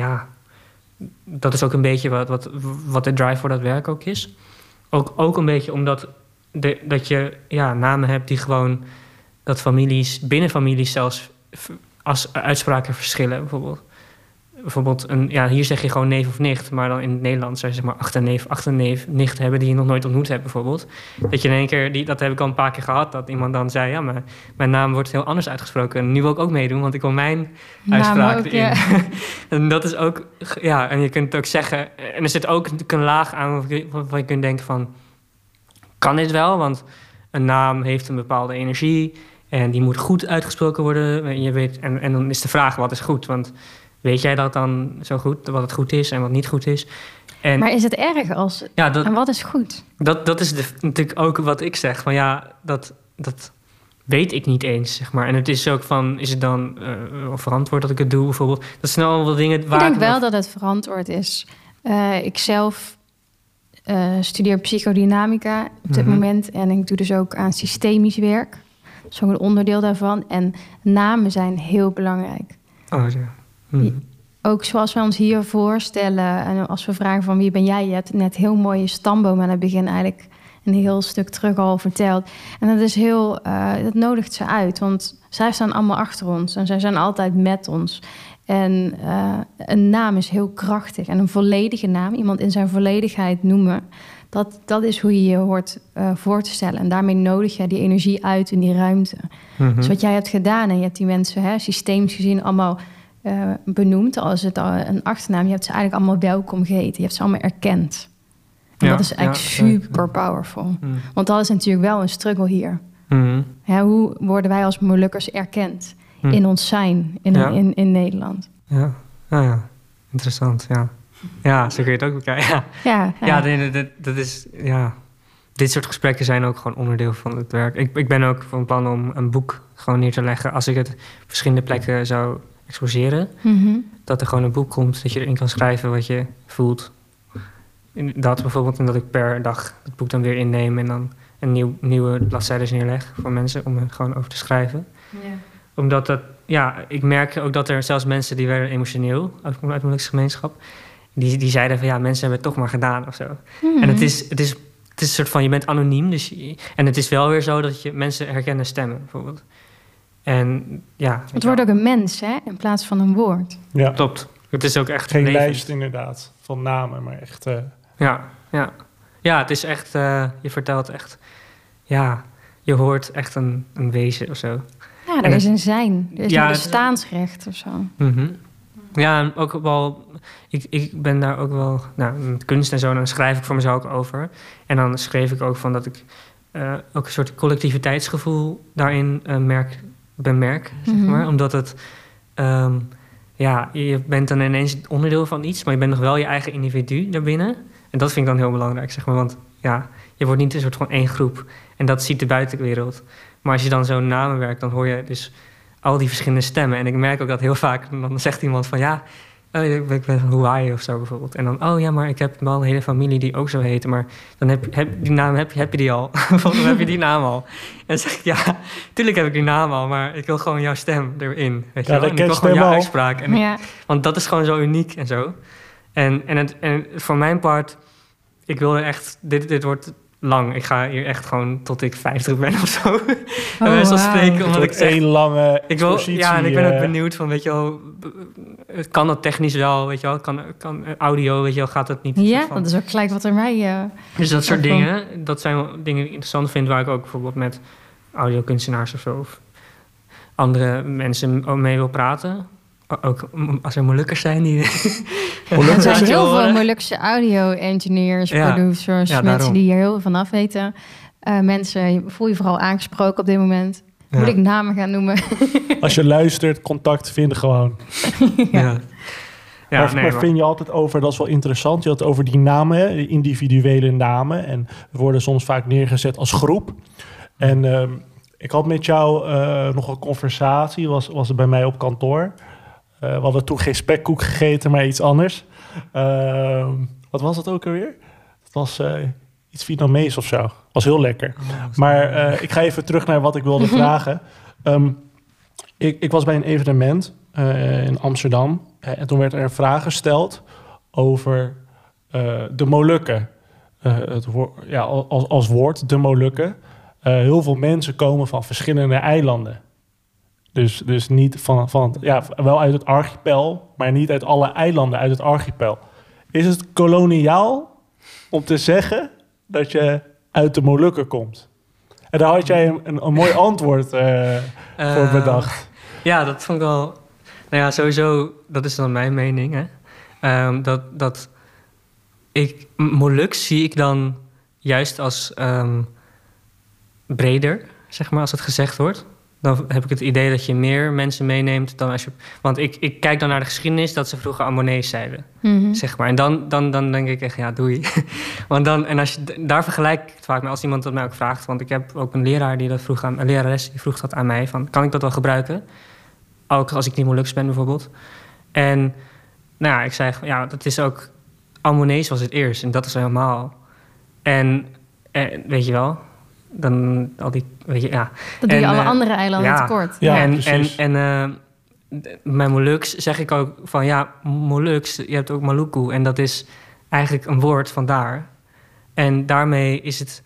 dat is ook een beetje wat de drive voor dat werk ook is. Ook een beetje omdat dat je namen hebt die gewoon... dat binnen families zelfs als uitspraken verschillen. Bijvoorbeeld hier zeg je gewoon neef of nicht... maar dan in het Nederlands zou je zeg maar achterneef, nicht hebben... die je nog nooit ontmoet hebt bijvoorbeeld. Dat je in één keer, dat heb ik al een paar keer gehad... dat iemand dan zei, maar mijn naam wordt heel anders uitgesproken. En nu wil ik ook meedoen, want ik wil mijn uitspraak erin. Ja. En dat is ook, en je kunt het ook zeggen... en er zit ook een laag aan waar je kunt denken van... kan dit wel? Want een naam heeft een bepaalde energie... en die moet goed uitgesproken worden. Je weet, en dan is de vraag, wat is goed? Want... weet jij dat dan zo goed, wat het goed is en wat niet goed is? Maar is het erg als... en wat is goed? Dat is natuurlijk ook wat ik zeg. Van dat weet ik niet eens, zeg maar. En het is ook van, is het dan verantwoord dat ik het doe, bijvoorbeeld? Dat zijn allemaal dingen waar... Ik denk wel dat het verantwoord is. Ik zelf studeer psychodynamica op dit moment... en ik doe dus ook aan systemisch werk. Dat is ook een onderdeel daarvan. En namen zijn heel belangrijk. Oh, ja. Ook zoals we ons hier voorstellen... en als we vragen van wie ben jij... je hebt net heel mooie stamboom aan het begin eigenlijk een heel stuk terug al verteld. En dat is dat nodigt ze uit, want zij staan allemaal achter ons en zij zijn altijd met ons. En een naam is heel krachtig. En een volledige naam, iemand in zijn volledigheid noemen, dat is hoe je je hoort voor te stellen. En daarmee nodig je die energie uit in die ruimte. Mm-hmm. Dus wat jij hebt gedaan, en je hebt die mensen systeemisch gezien allemaal benoemd als het een achternaam. Je hebt ze eigenlijk allemaal welkom geheten. Je hebt ze allemaal erkend. En dat is eigenlijk super powerful. Mm. Want dat is natuurlijk wel een struggle hier. Mm. Hoe worden wij als Molukkers erkend in ons zijn in Nederland? Ja, interessant, ja. Ja, zo kun je het ook bekijken. Dat is... Ja. Dit soort gesprekken zijn ook gewoon onderdeel van het werk. Ik ben ook van plan om een boek gewoon neer te leggen. Als ik het op verschillende plekken zou exposeren. Mm-hmm. Dat er gewoon een boek komt dat je erin kan schrijven wat je voelt. Dat bijvoorbeeld, en dat ik per dag het boek dan weer inneem en dan een nieuwe bladzijdes neerleg voor mensen om er gewoon over te schrijven. Yeah. Omdat dat, ik merk ook dat er zelfs mensen die werden emotioneel uit de Molukse gemeenschap, die zeiden van mensen hebben het toch maar gedaan of zo. Mm-hmm. En het is een soort van, je bent anoniem, en het is wel weer zo dat je mensen herkennen stemmen bijvoorbeeld. En het wordt ook een mens, hè, in plaats van een woord. Ja, klopt. Het is ook echt geen lijst inderdaad van namen, maar echt. Ja, het is echt. Je vertelt echt. Ja, je hoort echt een wezen of zo. Ja, er is een zijn. Er is een bestaansrecht of zo. Mm-hmm. Ja, en ook wel. Ik ben daar ook wel. Met kunst en zo, dan schrijf ik voor mezelf ook over. En dan schreef ik ook van dat ik ook een soort collectiviteitsgevoel daarin bemerk, zeg maar. Omdat het. Je bent dan ineens onderdeel van iets, maar je bent nog wel je eigen individu daarbinnen. En dat vind ik dan heel belangrijk, zeg maar. Want je wordt niet een soort van één groep. En dat ziet de buitenwereld. Maar als je dan zo namenwerkt, dan hoor je dus al die verschillende stemmen. En ik merk ook dat heel vaak, dan zegt iemand van ik ben van Hawaii of zo bijvoorbeeld. En dan, maar ik heb wel een hele familie die ook zo heet. Maar dan heb je die al. Dan heb je die naam al. En dan zeg ik, tuurlijk heb ik die naam al. Maar ik wil gewoon jouw stem erin. Weet je wel? En ik wil gewoon jouw uitspraak. Want dat is gewoon zo uniek en zo. En voor mijn part, ik wilde echt, dit wordt lang. Ik ga hier echt gewoon tot ik 50 ben of zo. Spreken, omdat ik één lange expositie. En ik ben ook benieuwd van, weet je wel, kan dat technisch wel, weet je wel, kan audio, weet je wel, gaat dat niet? Ja, dat is ook gelijk wat er mij... dus dat soort dingen, dat zijn dingen die ik interessant vind, waar ik ook bijvoorbeeld met audiokunstenaars of zo, of andere mensen mee wil praten. Ook als er Molukkers zijn die... Er zijn heel veel Molukse audio-engineers, producers, mensen die hier heel veel van af weten. Mensen, voel je vooral aangesproken op dit moment. Moet ik namen gaan noemen? Als je luistert, contact vinden gewoon. Maar vind je altijd over, dat is wel interessant, je had het over die namen, individuele namen. En we worden soms vaak neergezet als groep. En ik had met jou nog een conversatie, was het bij mij op kantoor. We hadden toen geen spekkoek gegeten, maar iets anders. Wat was dat ook alweer? Het was iets Vietnamees of zo. Was heel lekker. Maar ik ga even terug naar wat ik wilde vragen. Ik was bij een evenement in Amsterdam. En toen werd er een vraag gesteld over de Molukken. Als woord, de Molukken. Heel veel mensen komen van verschillende eilanden. Dus niet wel uit het archipel, maar niet uit alle eilanden uit het archipel. Is het koloniaal om te zeggen dat je uit de Molukken komt? En daar had jij een mooi antwoord voor bedacht. Ja, dat vond ik wel... Nou ja, sowieso, dat is dan mijn mening, hè. Dat Moluks zie ik dan juist als breder, zeg maar, als het gezegd wordt. Dan heb ik het idee dat je meer mensen meeneemt dan als je... Want ik kijk dan naar de geschiedenis dat ze vroeger Ammonees zeiden, zeg maar. En dan denk ik echt, doei. Want daar vergelijk ik het vaak mee als iemand dat mij ook vraagt. Want ik heb ook een leraar een lerares die vroeg dat aan mij. Van, kan ik dat wel gebruiken? Ook als ik niet Moluks ben bijvoorbeeld. En ik zei, dat is ook... Ammonees was het eerst en dat is helemaal. En weet je wel... Dan al die, weet je, Dat doe je alle andere eilanden tekort. Ja, en mijn Moluks zeg ik ook van Moluks, je hebt ook Maluku en dat is eigenlijk een woord van daar. En daarmee is het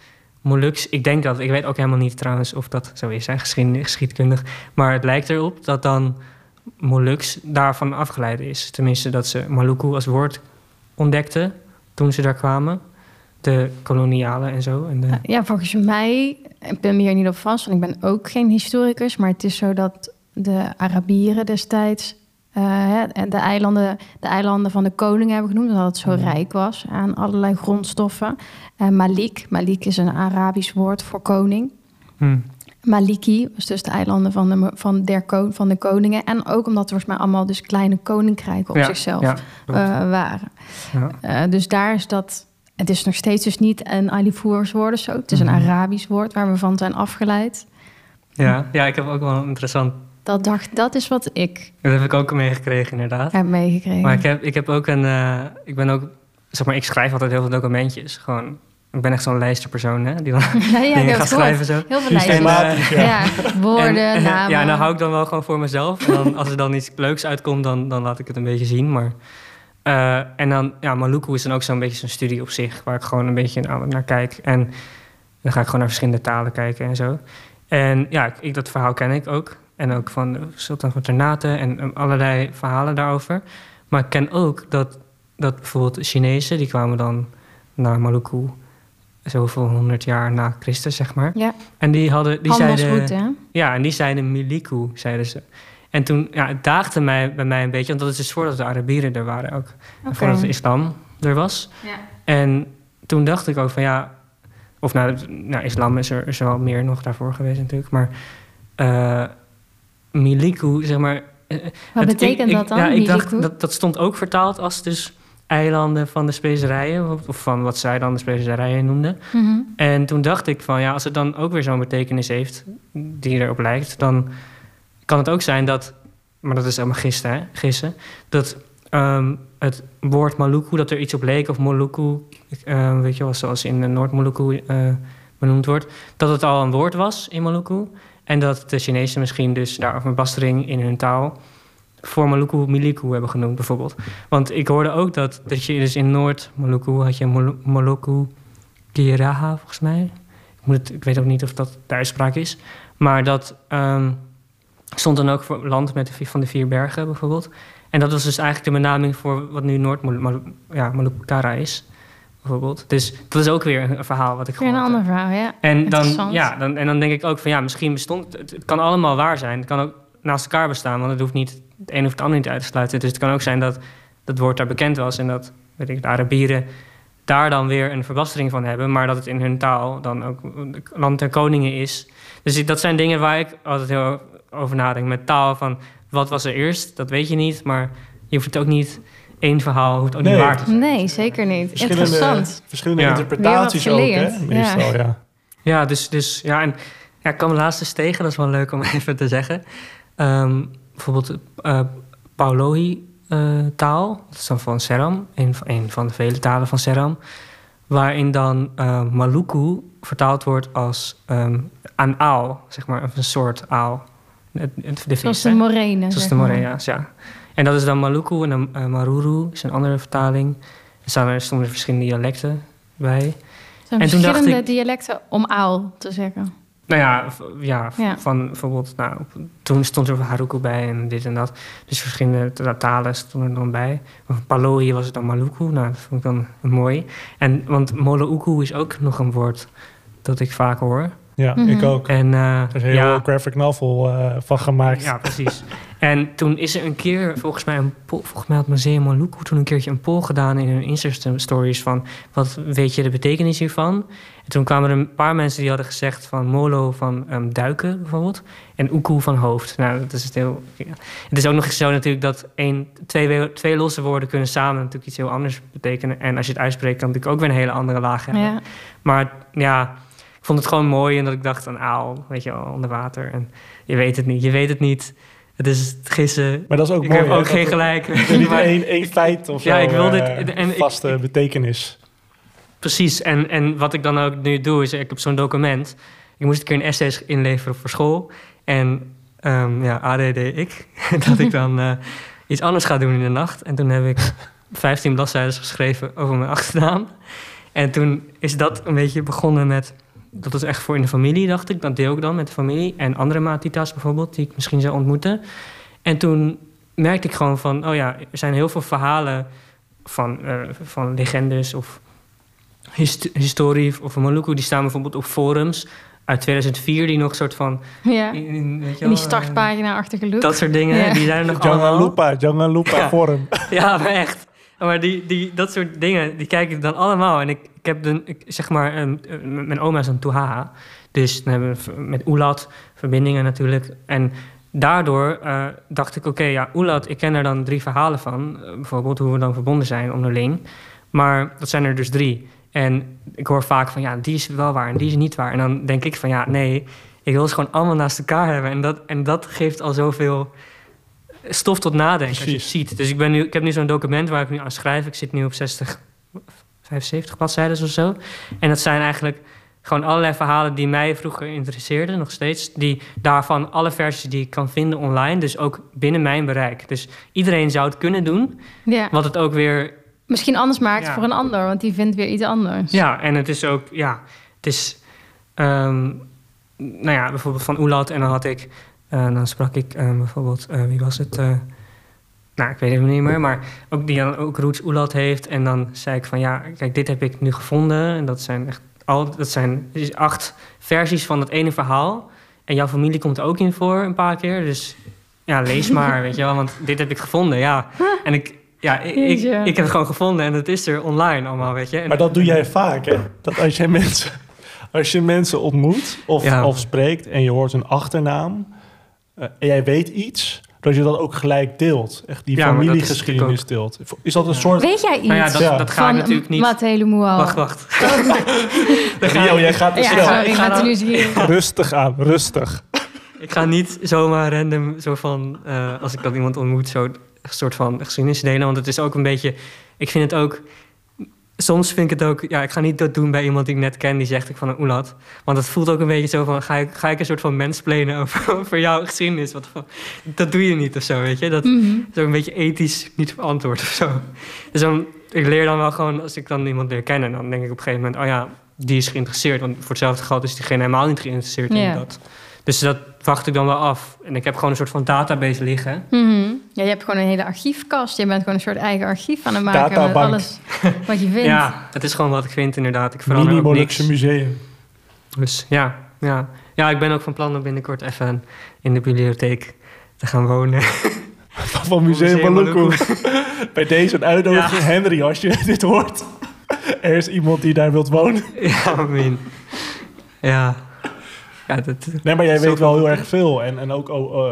Molux, ik denk dat, ik weet ook helemaal niet trouwens of dat zo is, geschiedkundig. Maar het lijkt erop dat dan Molux daarvan afgeleid is. Tenminste, dat ze Maluku als woord ontdekten toen ze daar kwamen. De kolonialen en zo. En Ja, volgens mij, ik ben me hier niet op vast, want ik ben ook geen historicus, maar het is zo dat de Arabieren destijds de eilanden van de koning hebben genoemd, omdat het zo rijk was aan allerlei grondstoffen. Malik is een Arabisch woord voor koning. Maliki was dus de eilanden van de koningen. En ook omdat er volgens mij allemaal dus kleine koninkrijken op zichzelf waren. Ja. Dus daar is dat... Het is nog steeds dus niet een Alifours woord of zo. Het is een Arabisch woord waar we van zijn afgeleid. Ja, ik heb ook wel een interessant... Dat is wat ik... Dat heb ik ook meegekregen, inderdaad. Heb meegekregen. Maar ik heb ook ik ben ook... Zeg maar, ik schrijf altijd heel veel documentjes. Gewoon... Ik ben echt zo'n lijstenpersoon, hè? Die dan dingen gaat schrijven. Zo. Heel veel lijsten. Woorden, namen. Ja, en dan hou ik dan wel gewoon voor mezelf. En dan, als er dan iets leuks uitkomt, dan laat ik het een beetje zien. Maar, en dan, Maluku is dan ook zo'n beetje zo'n studie op zich... waar ik gewoon een beetje naar kijk. En dan ga ik gewoon naar verschillende talen kijken en zo. En dat verhaal ken ik ook. En ook van de Sultan van Ternate en allerlei verhalen daarover. Maar ik ken ook dat bijvoorbeeld de Chinezen... die kwamen dan naar Maluku... zoveel 100 jaar na Christus, zeg maar. Ja. En die zeiden... hè? Ja, en die zeiden Miliku, zeiden ze. En toen, het daagde bij mij een beetje... want dat is dus voordat de Arabieren er waren ook. Okay. Voordat de islam er was. Ja. En toen dacht ik ook van islam is er wel meer nog daarvoor geweest natuurlijk. Maar Miliku, zeg maar... Wat betekent dat dan, ik dacht, dat stond ook vertaald als dus... eilanden van de specerijen, of van wat zij dan de specerijen noemden. Mm-hmm. En toen dacht ik van, als het dan ook weer zo'n betekenis heeft... die erop lijkt, dan kan het ook zijn dat... maar dat is helemaal gissen... dat het woord Maluku, dat er iets op leek... of Moluku, weet je wel, zoals in Noord-Moluku benoemd wordt... dat het al een woord was in Maluku... en dat de Chinezen misschien dus daar een verbastering in hun taal... voor Maluku Miliku hebben genoemd, bijvoorbeeld. Want ik hoorde ook dat je dus in Noord-Maluku... had je Moluku Kiraha, volgens mij. Ik weet ook niet of dat de uitspraak is. Maar dat stond dan ook voor land van de 4 bergen, bijvoorbeeld. En dat was dus eigenlijk de benaming voor wat nu Noord-Malukara is, bijvoorbeeld. Dus dat is ook weer een verhaal wat ik gehoord heb. Een ander verhaal, ja. En dan denk ik ook van misschien bestond... Het kan allemaal waar zijn. Het kan ook naast elkaar bestaan, want het hoeft niet... het een of het ander niet uit te sluiten. Dus het kan ook zijn dat dat woord daar bekend was... en dat de Arabieren daar dan weer een verbastering van hebben... maar dat het in hun taal dan ook land der koningen is. Dus dat zijn dingen waar ik altijd heel over nadenk. Met taal van, wat was er eerst? Dat weet je niet, maar je hoeft het ook niet... één verhaal hoeft ook niet waar te zijn. Nee, zeker niet. Interessant. Verschillende interpretaties ook, hè? Meestal, Ja, dus en ik kwam laatst eens tegen... dat is wel leuk om even te zeggen... bijvoorbeeld Paulohi-taal, dat is dan van Seram, een van de vele talen van Seram, waarin dan Maluku vertaald wordt als een aal, zeg maar, een soort aal. De vis, zoals de morene. Zoals de morena's, ja. En dat is dan Maluku en dan Maruru is een andere vertaling. Er stonden verschillende dialecten bij. Er zijn verschillende dialecten om aal te zeggen. Nou van bijvoorbeeld... toen stond er Haruku bij en dit en dat. Dus verschillende talen stonden er dan bij. Van Paulohi was het dan Maluku. Nou, dat vond ik dan mooi. Want Moluku is ook nog een woord dat ik vaak hoor. Ja, ik ook. En, er is een heel graphic novel van gemaakt. Ja, precies. En toen is er een keer, volgens mij had Museum Maluku toen een keertje een poll gedaan in hun Insta-stories van, wat weet je de betekenis hiervan? En toen kwamen er een paar mensen die hadden gezegd van molo van duiken bijvoorbeeld en uku van hoofd. Nou, dat is het heel... Ja. Het is ook nog eens zo natuurlijk dat twee losse woorden kunnen samen natuurlijk iets heel anders betekenen. En als je het uitspreekt kan het natuurlijk ook weer een hele andere laag hebben. Ja. Maar ik vond het gewoon mooi en dat ik dacht aan aal, weet je wel, onder water. En je weet het niet. Het is het gissen. Maar dat is ook ik mooi. Ik heb ook geen gelijk. Niet één feit of zo. Ja, ik wil dit. En vaste betekenis. Precies. En wat ik dan ook nu doe, is ik heb zo'n document. Ik moest een keer een essay inleveren voor school. En ADD ik. dat ik dan iets anders ga doen in de nacht. En toen heb ik 15 bladzijden geschreven over mijn achternaam. En toen is dat een beetje begonnen met dat is echt voor in de familie, dacht ik. Dat deel ik dan met de familie. En andere Matita's bijvoorbeeld, die ik misschien zou ontmoeten. En toen merkte ik gewoon van... oh ja, er zijn heel veel verhalen van legendes of historie of Maluku. Die staan bijvoorbeeld op forums uit 2004... die nog een soort van... Ja, weet je in die startpagina-achtige look. Dat soort dingen, Ja. die zijn er nog allemaal. Jungle Lupa forum. Ja, maar echt. Maar dat soort dingen, die kijk ik dan allemaal. En ik heb zeg maar... mijn oma is een Tuhaha. Dus dan hebben we met Oelat verbindingen natuurlijk. En daardoor dacht ik, oké, Oelat, ik ken er dan 3 verhalen van. Bijvoorbeeld hoe we dan verbonden zijn onderling. Maar dat zijn er dus 3. En ik hoor vaak van, die is wel waar en die is niet waar. En dan denk ik van, nee, ik wil ze gewoon allemaal naast elkaar hebben. En dat geeft al zoveel stof tot nadenken. Precies. Als je het ziet. Dus ik heb nu zo'n document waar ik nu aan schrijf. Ik zit nu op 75 bladzijden of zo. En dat zijn eigenlijk gewoon allerlei verhalen die mij vroeger interesseerden, nog steeds. Die daarvan alle versies die ik kan vinden online. Dus ook binnen mijn bereik. Dus iedereen zou het kunnen doen. Ja. Wat het ook weer... misschien anders maakt voor een ander, want die vindt weer iets anders. Ja, en het is ook... het is... bijvoorbeeld van Oelat. En dan had ik... dan sprak ik bijvoorbeeld... wie was het? Ik weet het niet meer. Maar ook die dan ook Roots Oelat heeft. En dan zei ik van... kijk, dit heb ik nu gevonden. En dat zijn echt... dat zijn 8 versies van het ene verhaal. En jouw familie komt er ook in voor een paar keer. Dus lees maar, weet je wel. Want dit heb ik gevonden, En ik heb het gewoon gevonden en het is er online allemaal, weet je. Maar dat doe jij vaak, hè? Dat als je mensen ontmoet of spreekt en je hoort een achternaam... en jij weet iets, dat je dat ook gelijk deelt. Echt die familiegeschiedenis deelt. Is dat een soort... Weet jij iets dat ga ik natuurlijk niet... Matele Mual. Wacht. Rio, jij gaat te snel. Sorry, rustig aan, rustig. Ik ga niet zomaar random zo van... als ik dan iemand ontmoet, zo een soort van geschiedenis delen. Want het is ook een beetje... Ik vind het ook... Soms vind ik het ook... ik ga niet dat doen bij iemand die ik net ken... die zegt ik van een Oelat. Want het voelt ook een beetje zo van... Ga ik een soort van mansplainen over jouw geschiedenis? Dat doe je niet of zo, weet je? Dat is ook een beetje ethisch niet verantwoord of zo. Dus ik leer dan wel gewoon... Als ik dan iemand leer kennen... dan denk ik op een gegeven moment... die is geïnteresseerd. Want voor hetzelfde geld is diegene helemaal niet geïnteresseerd in dat. Dus dat wacht ik dan wel af. En ik heb gewoon een soort van database liggen. Mm-hmm. Ja, je hebt gewoon een hele archiefkast. Je bent gewoon een soort eigen archief aan het maken... Databank. met alles wat je vindt. Ja, het is gewoon wat ik vind inderdaad. Ik verander ook niks. Mini-Molukse museum. Dus ja, ik ben ook van plan om binnenkort even in de bibliotheek te gaan wonen. Van Museum Maluku. Bij deze een uitnodiging. Henry, als je dit hoort... er is iemand die daar wilt wonen. Nee, maar jij weet wel heel erg veel. En ook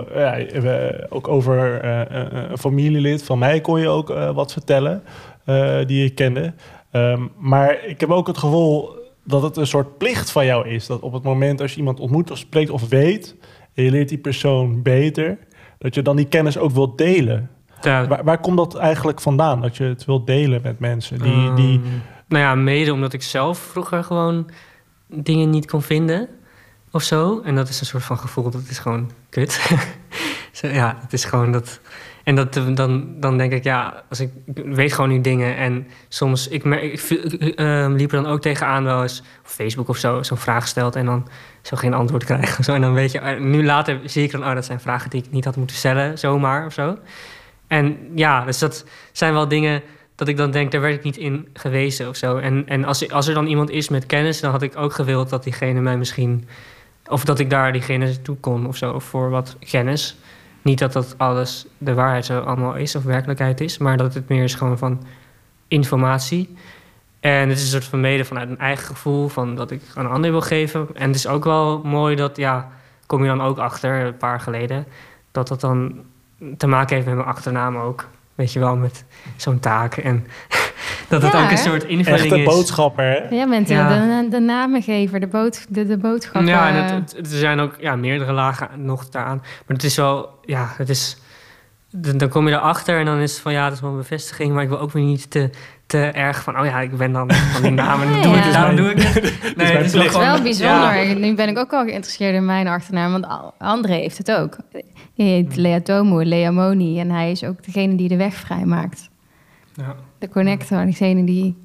over een familielid van mij kon je ook wat vertellen. Die ik kende. Maar ik heb ook het gevoel dat het een soort plicht van jou is. Dat op het moment als je iemand ontmoet of spreekt of weet... en je leert die persoon beter... dat je dan die kennis ook wilt delen. Ja. Waar komt dat eigenlijk vandaan? Dat je het wilt delen met mensen? Mede omdat ik zelf vroeger gewoon dingen niet kon vinden... of zo. En dat is een soort van gevoel, dat is gewoon kut. Het is gewoon dat... En dan denk ik, als ik weet gewoon nu dingen... en soms, ik liep er dan ook tegenaan wel eens... op Facebook of zo, zo'n vraag stelt... en dan zo geen antwoord krijgen. Of zo. En dan weet je, nu later zie ik dan... dat zijn vragen die ik niet had moeten stellen, zomaar of zo. En dus dat zijn wel dingen... dat ik dan denk, daar werd ik niet in gewezen of zo. En als er dan iemand is met kennis... dan had ik ook gewild dat diegene mij misschien... of dat ik daar diegene toe kon of zo, voor wat kennis. Niet dat alles de waarheid zo allemaal is of werkelijkheid is... maar dat het meer is gewoon van informatie. En het is een soort van mede vanuit een eigen gevoel... van dat ik aan een ander wil geven. En het is ook wel mooi dat, kom je dan ook achter, een paar geleden... dat dan te maken heeft met mijn achternaam ook... Weet je wel, met zo'n taak. En dat het ook een soort invulling is. Echte boodschapper, hè? Ja, bent de namengever, de boodschapper. Ja, en er zijn ook meerdere lagen nog daaraan. Maar het is wel, het is... Dan kom je erachter en dan is het van, dat is wel een bevestiging. Maar ik wil ook weer niet te erg van, ik ben dan van die namen. En doe ik het, daarom doe ik het. Nee, het is wel bijzonder. Ja. Nu ben ik ook wel geïnteresseerd in mijn achternaam. Want André heeft het ook. Die heet Leatomu, Leamoni. En hij is ook degene die de weg vrijmaakt. Ja. De connector, degene die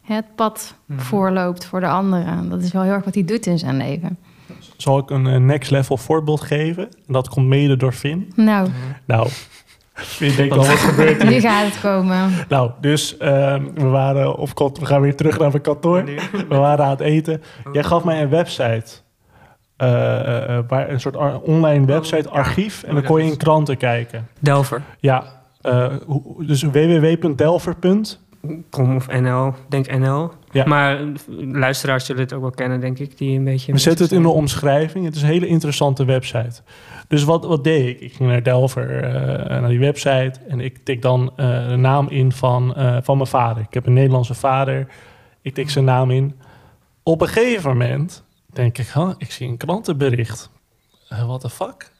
het pad voorloopt voor de anderen. Dat is wel heel erg wat hij doet in zijn leven. Zal ik een next level voorbeeld geven? En dat komt mede door Finn. Nou, Finn denkt al, wat gebeurt hier? nu gaat het komen. Nou, dus we waren op kantoor. We gaan weer terug naar mijn kantoor. We waren aan het eten. Jij gaf mij een website. Een soort online website, archief. En dan kon je in kranten kijken. Delver. Ja, dus www.delver. Com of NL, denk NL. Ja. Maar luisteraars zullen het ook wel kennen, denk ik. Die een beetje. We zetten het in de omschrijving. Het is een hele interessante website. Dus wat deed ik? Ik ging naar Delver, naar die website. En ik tik dan de naam in van mijn vader. Ik heb een Nederlandse vader. Ik tik zijn naam in. Op een gegeven moment denk ik, ik zie een krantenbericht. What the fuck?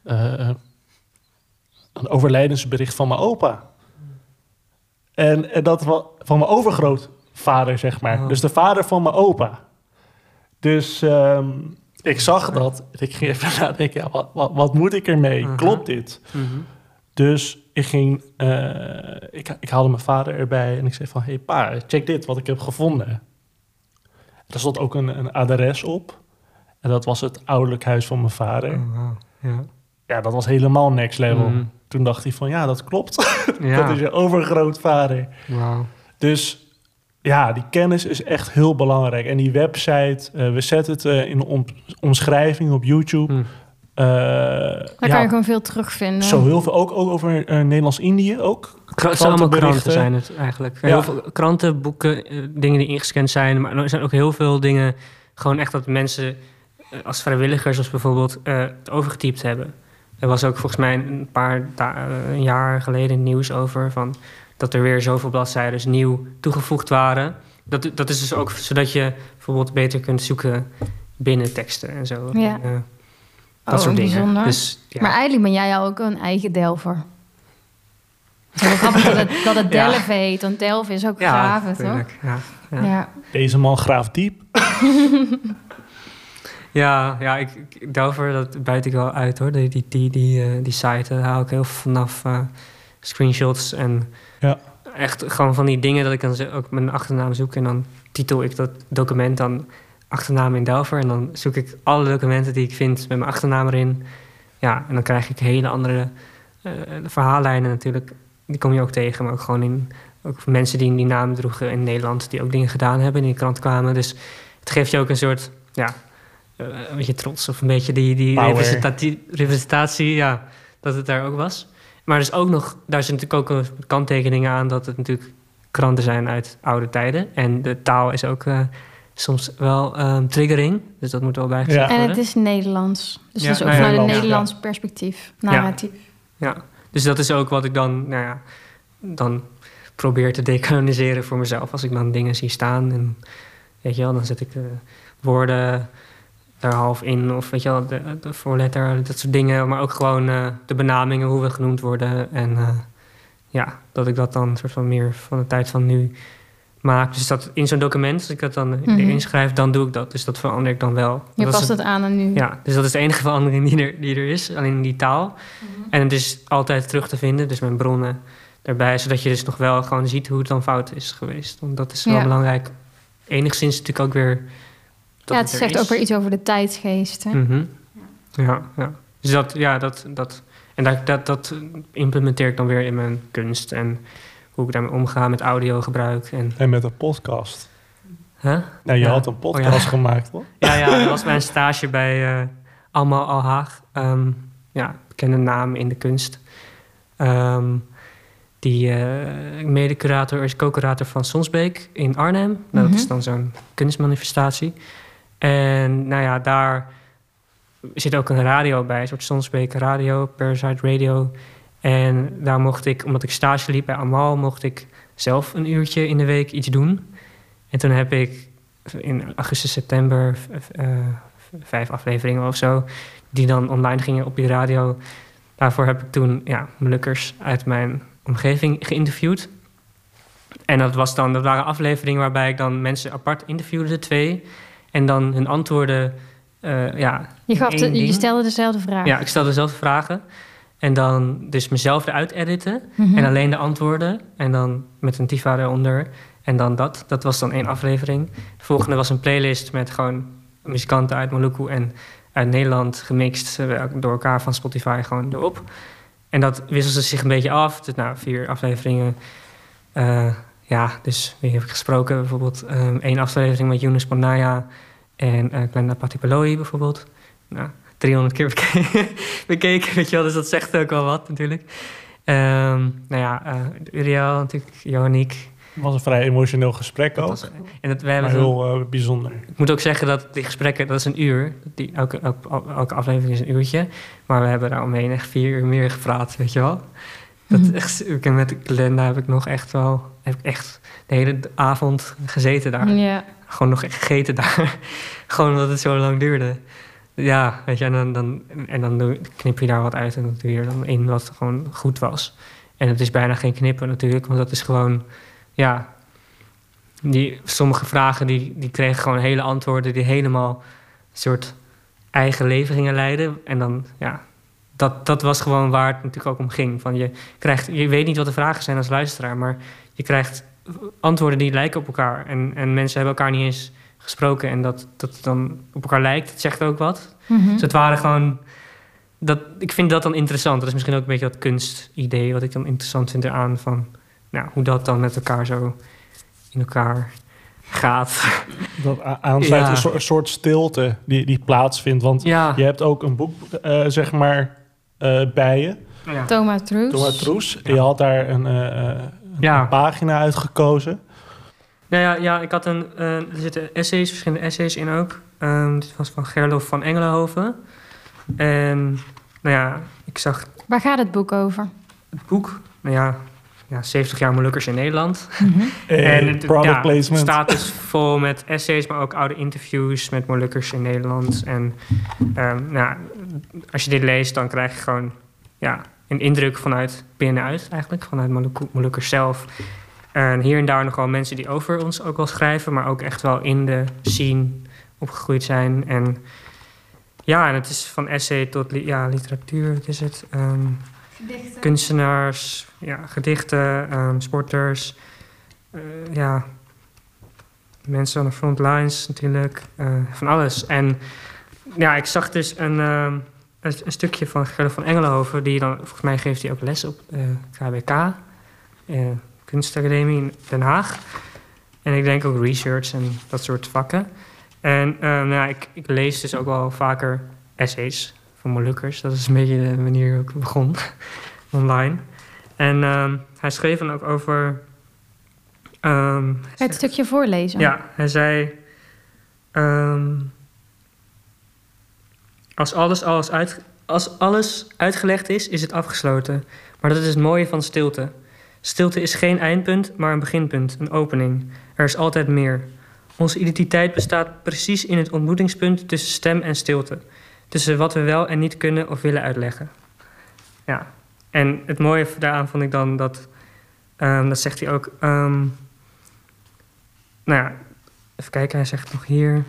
Een overlijdensbericht van mijn opa. En dat van mijn overgrootvader, zeg maar. Oh. Dus de vader van mijn opa. Dus ik zag dat. En ik ging even nadenken, wat moet ik ermee? Klopt dit? Dus ik ging... ik haalde mijn vader erbij en ik zei van... Hey pa, check dit, wat ik heb gevonden. Er stond ook een adres op. En dat was het ouderlijk huis van mijn vader. Oh, wow. Ja, dat was helemaal next level. Toen dacht hij van, ja, dat klopt. Dat is je overgrootvader. Wow. Dus ja, die kennis is echt heel belangrijk. En die website, we zetten het in de omschrijving op YouTube. Daar kan je gewoon veel terugvinden. Zo heel veel, ook over Nederlands-Indië ook. Het zijn allemaal kranten zijn het eigenlijk. Ja. Heel veel kranten, boeken, dingen die ingescand zijn. Maar er zijn ook heel veel dingen, gewoon echt dat mensen als vrijwilligers, als bijvoorbeeld, het overgetypt hebben. Er was ook volgens mij een jaar geleden in het nieuws over van dat er weer zoveel bladzijden nieuw toegevoegd waren. Dat is dus ook zodat je bijvoorbeeld beter kunt zoeken binnen teksten en zo. Ja. En, dat soort dingen. Bijzonder. Dus, ja. Maar eigenlijk ben jij ook een eigen Delver. Het is wel grappig dat het Delven heet, want Delven is ook graven, toch? Ja. Deze man graaft diep. Delver, dat buit ik wel uit, hoor. Die site haal ik heel vanaf screenshots en echt gewoon van die dingen dat ik dan ook mijn achternaam zoek en dan titel ik dat document dan achternaam in Delver en dan zoek ik alle documenten die ik vind met mijn achternaam erin. Ja, en dan krijg ik hele andere verhaallijnen natuurlijk. Die kom je ook tegen, maar ook gewoon ook mensen die die naam droegen in Nederland, die ook dingen gedaan hebben en in de krant kwamen. Dus het geeft je ook een soort, een beetje trots of een beetje die representatie, dat het daar ook was. Maar dus ook nog, daar zit natuurlijk ook kanttekeningen aan dat het natuurlijk kranten zijn uit oude tijden. En de taal is ook soms wel triggering, dus dat moet wel bijgezegd worden. En het is Nederlands, dus dat is ook vanuit een Nederlands perspectief, narratief. Ja, dus dat is ook wat ik dan probeer te dekoloniseren voor mezelf. Als ik dan dingen zie staan en weet je wel, dan zet ik woorden daar half in, of weet je wel, de voorletter, dat soort dingen. Maar ook gewoon de benamingen, hoe we genoemd worden. En dat ik dat dan soort van meer van de tijd van nu maak. Dus dat in zo'n document, als ik dat dan inschrijf, dan doe ik dat. Dus dat verander ik dan wel. Je past het aan nu. Ja, dus dat is de enige verandering die er is, alleen in die taal. En het is altijd terug te vinden, dus mijn bronnen daarbij, zodat je dus nog wel gewoon ziet hoe het dan fout is geweest. Want dat is wel belangrijk. Enigszins natuurlijk ook weer dat het zegt ook weer iets over de tijdsgeest. Hè? Ja. Dus dat implementeer ik dan weer in mijn kunst en hoe ik daarmee omga met audiogebruik. En met een podcast. Huh? Nou, je had een podcast gemaakt, toch? Ja, dat was mijn stage bij Alma Alhaag. Bekende naam in de kunst. Die mede-curator is co-curator van Sonsbeek in Arnhem. Nou, dat is dan zo'n kunstmanifestatie. En daar zit ook een radio bij, een soort Sonsbeek radio, Parasite Radio. En daar mocht ik, omdat ik stage liep bij Amal, mocht ik zelf een uurtje in de week iets doen. En toen heb ik in augustus, september 5 afleveringen of zo, die dan online gingen op die radio. Daarvoor heb ik toen Molukkers uit mijn omgeving geïnterviewd. En dat waren afleveringen waarbij ik dan mensen apart interviewde, 2. En dan hun antwoorden, je stelde dezelfde vragen. Ja, ik stelde dezelfde vragen. En dan dus mezelf eruit editen. En alleen de antwoorden. En dan met een TIFA eronder. En dan dat was dan 1 aflevering. De volgende was een playlist met gewoon muzikanten uit Maluku en uit Nederland gemixt door elkaar van Spotify gewoon erop. En dat wisselde zich een beetje af. Dus 4 afleveringen. Dus wie heb ik gesproken? Bijvoorbeeld 1 aflevering met Yunus Bonaya en Glenda Patipoloi bijvoorbeeld. 300 keer bekeken, weet je wel. Dus dat zegt ook wel wat natuurlijk. Uriel natuurlijk, Johanniek. Het was een vrij emotioneel gesprek ook. We hebben heel bijzonder. Ik moet ook zeggen dat die gesprekken, dat is een uur. Elke aflevering is een uurtje. Maar we hebben daar omheen echt 4 uur meer gepraat, weet je wel. Met Glenda heb ik echt de hele avond gezeten daar. Ja. Gewoon nog echt gegeten daar. Gewoon omdat het zo lang duurde. Ja, weet je, en dan knip je daar wat uit en dan doe je er dan in wat gewoon goed was. En het is bijna geen knippen natuurlijk, want dat is gewoon, sommige vragen die kregen gewoon hele antwoorden die helemaal een soort eigen leven gingen leiden. En dan, dat was gewoon waar het natuurlijk ook om ging. Van je weet niet wat de vragen zijn als luisteraar, maar je krijgt antwoorden die lijken op elkaar. En mensen hebben elkaar niet eens gesproken en dat het dan op elkaar lijkt, dat zegt ook wat. Mm-hmm. Dus het waren gewoon... ik vind dat dan interessant. Dat is misschien ook een beetje dat kunstidee wat ik dan interessant vind eraan van hoe dat dan met elkaar zo in elkaar gaat. Dat aansluit een soort stilte die plaatsvindt. Want je hebt ook een boek, bij je. Ja. Thomas Troes. Ja. Je had daar een pagina uitgekozen. Ik had er zitten verschillende essays in ook. Dit was van Gerlof van Engelenhoven. En ik zag... Waar gaat het boek over? Het boek? 70 jaar Molukkers in Nederland. Mm-hmm. En het staat dus vol met essays, maar ook oude interviews met Molukkers in Nederland. En als je dit leest, dan krijg je gewoon een indruk vanuit binnenuit eigenlijk. Vanuit Molukkers zelf. En hier en daar nog wel mensen die over ons ook wel schrijven, maar ook echt wel in de scene opgegroeid zijn. En en het is van essay tot literatuur, wat is het? Gedichten. Kunstenaars, gedichten, sporters, mensen aan de frontlines natuurlijk, van alles. En ik zag dus een stukje van Gerlof van Engelenhoven, die dan, volgens mij geeft hij ook les op KWK, Kunstacademie in Den Haag. En ik denk ook research en dat soort vakken. En ik lees dus ook wel vaker essays van Molukkers. Dat is een beetje de manier waarop ik begon, online. En hij schreef dan ook over... Kan je het stukje voorlezen? Ja, hij zei... Als alles uitgelegd is, is het afgesloten. Maar dat is het mooie van stilte. Stilte is geen eindpunt, maar een beginpunt, een opening. Er is altijd meer. Onze identiteit bestaat precies in het ontmoetingspunt tussen stem en stilte. Tussen wat we wel en niet kunnen of willen uitleggen. Ja, en het mooie daaraan vond ik dan dat zegt hij ook... even kijken, hij zegt nog hier...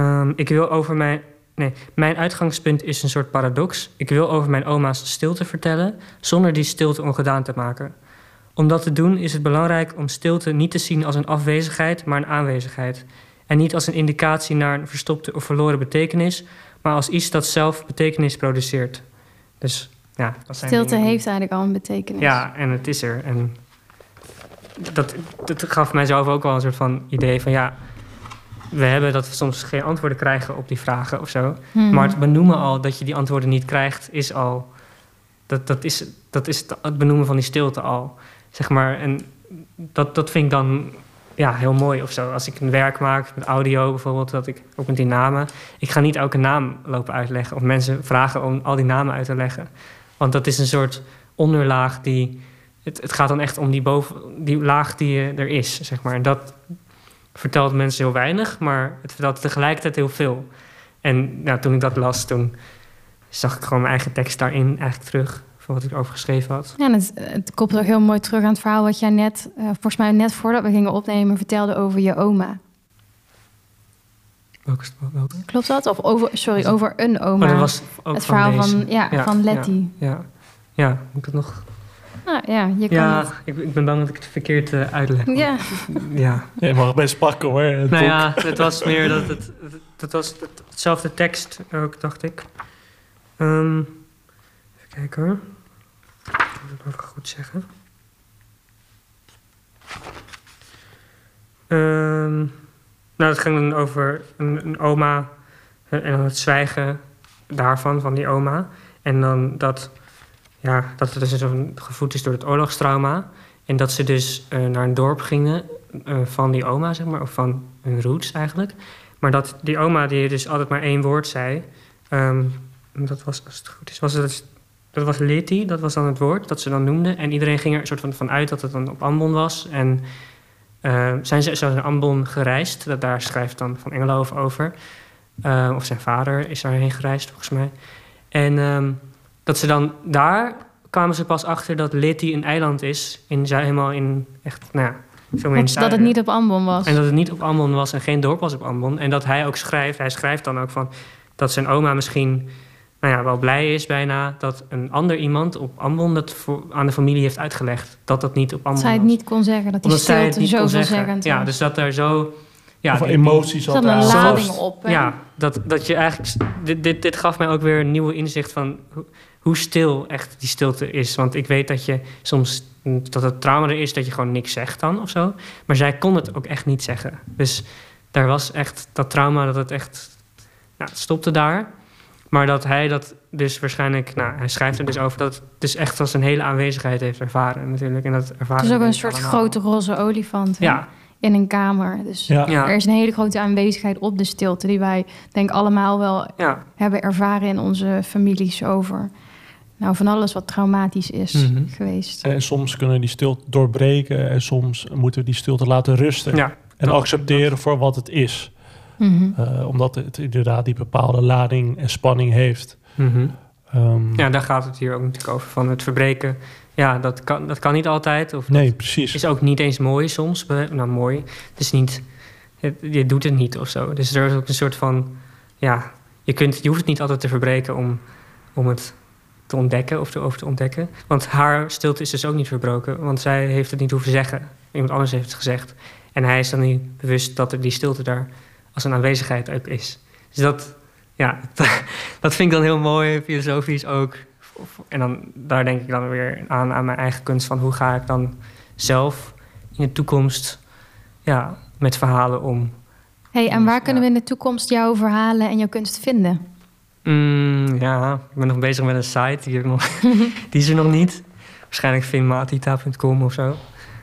mijn uitgangspunt is een soort paradox. Ik wil over mijn oma's stilte vertellen, zonder die stilte ongedaan te maken. Om dat te doen is het belangrijk om stilte niet te zien als een afwezigheid, maar een aanwezigheid. En niet als een indicatie naar een verstopte of verloren betekenis, maar als iets dat zelf betekenis produceert. Dus ja, dat zijn stilte dingen heeft eigenlijk al een betekenis. Ja, en het is er. En dat gaf mijzelf ook wel een soort van idee van we hebben dat we soms geen antwoorden krijgen op die vragen of zo. Maar het benoemen al dat je die antwoorden niet krijgt, is al... Dat is het benoemen van die stilte al. Zeg maar, en dat vind ik dan heel mooi of zo. Als ik een werk maak met audio bijvoorbeeld, dat ik ook met die namen... Ik ga niet elke naam lopen uitleggen of mensen vragen om al die namen uit te leggen. Want dat is een soort onderlaag die... Het gaat dan echt om die laag die er is, zeg maar. En dat vertelt mensen heel weinig, maar het vertelt tegelijkertijd heel veel. En toen ik dat las, toen zag ik gewoon mijn eigen tekst daarin eigenlijk terug, van wat ik erover geschreven had. Ja, en het koppelt ook heel mooi terug aan het verhaal wat jij net, volgens mij net voordat we gingen opnemen, vertelde over je oma. Welke? Klopt dat? Of over een oma. Dat was ook het verhaal van van Letty. Ja, moet ik het nog... Je kan het. Ik ben bang dat ik het verkeerd uitleg. Ja. Ja. Je mag het best pakken hoor. Het was meer dat het was hetzelfde tekst ook, dacht ik. Even kijken hoor. Ik moet het even goed zeggen. Het ging dan over een oma en dan het zwijgen daarvan, van die oma. En dan dat het dus gevoed is door het oorlogstrauma. En dat ze dus naar een dorp gingen van die oma, zeg maar, of van hun roots eigenlijk. Maar dat die oma die dus altijd maar 1 woord zei, dat was, als het goed is, dat was Leti, dat was dan het woord dat ze dan noemde. En iedereen ging er een soort van uit dat het dan op Ambon was. En zijn ze naar Ambon gereisd. Daar schrijft dan Van Engelhoven over. Of zijn vader is daarheen gereisd, volgens mij. En dat ze dan daar kwamen ze pas achter dat Leti een eiland is. Helemaal in echt, veel meer in dat het niet op Ambon was. En dat het niet op Ambon was en geen dorp was op Ambon. En dat hij ook schrijft, hij schrijft dan ook van dat zijn oma misschien wel blij is bijna dat een ander iemand op Ambon dat aan de familie heeft uitgelegd. Dat niet op Ambon was. Zij het niet kon zeggen, dat die stilte zoveelzeggend was. Ja, dus dat er zo... of emoties altijd. Er zat een lading op. Hè? Ja, dat je eigenlijk... Dit gaf mij ook weer een nieuwe inzicht van hoe stil echt die stilte is. Want ik weet dat je soms... dat het trauma er is dat je gewoon niks zegt dan of zo. Maar zij kon het ook echt niet zeggen. Dus daar was echt dat trauma dat het echt... het stopte daar. Maar dat hij dat dus waarschijnlijk... hij schrijft er dus over dat het dus echt als een hele aanwezigheid heeft ervaren natuurlijk. En dat ervaren het is ook een soort grote roze olifant. Ja. In een kamer. Dus er is een hele grote aanwezigheid op de stilte... die wij denk allemaal wel hebben ervaren in onze families over... van alles wat traumatisch is geweest. En soms kunnen die stilte doorbreken... en soms moeten we die stilte laten rusten. Ja, en accepteren voor wat het is. Omdat het inderdaad die bepaalde lading en spanning heeft. Daar gaat het hier ook natuurlijk over. Van het verbreken... Ja, dat kan niet altijd. Of nee, precies. Is ook niet eens mooi soms. Mooi. Het is niet... Je doet het niet of zo. Dus er is ook een soort van... Ja, je hoeft het niet altijd te verbreken om het te ontdekken of over te ontdekken. Want haar stilte is dus ook niet verbroken. Want zij heeft het niet hoeven zeggen. Iemand anders heeft het gezegd. En hij is dan niet bewust dat er die stilte daar als een aanwezigheid ook is. Dus dat vind ik dan heel mooi, filosofisch ook... En dan, daar denk ik dan weer aan mijn eigen kunst... van hoe ga ik dan zelf in de toekomst met verhalen om. En waar kunnen we in de toekomst jouw verhalen en jouw kunst vinden? Ik ben nog bezig met een site. Die is er nog niet. Waarschijnlijk finmatita.com of zo.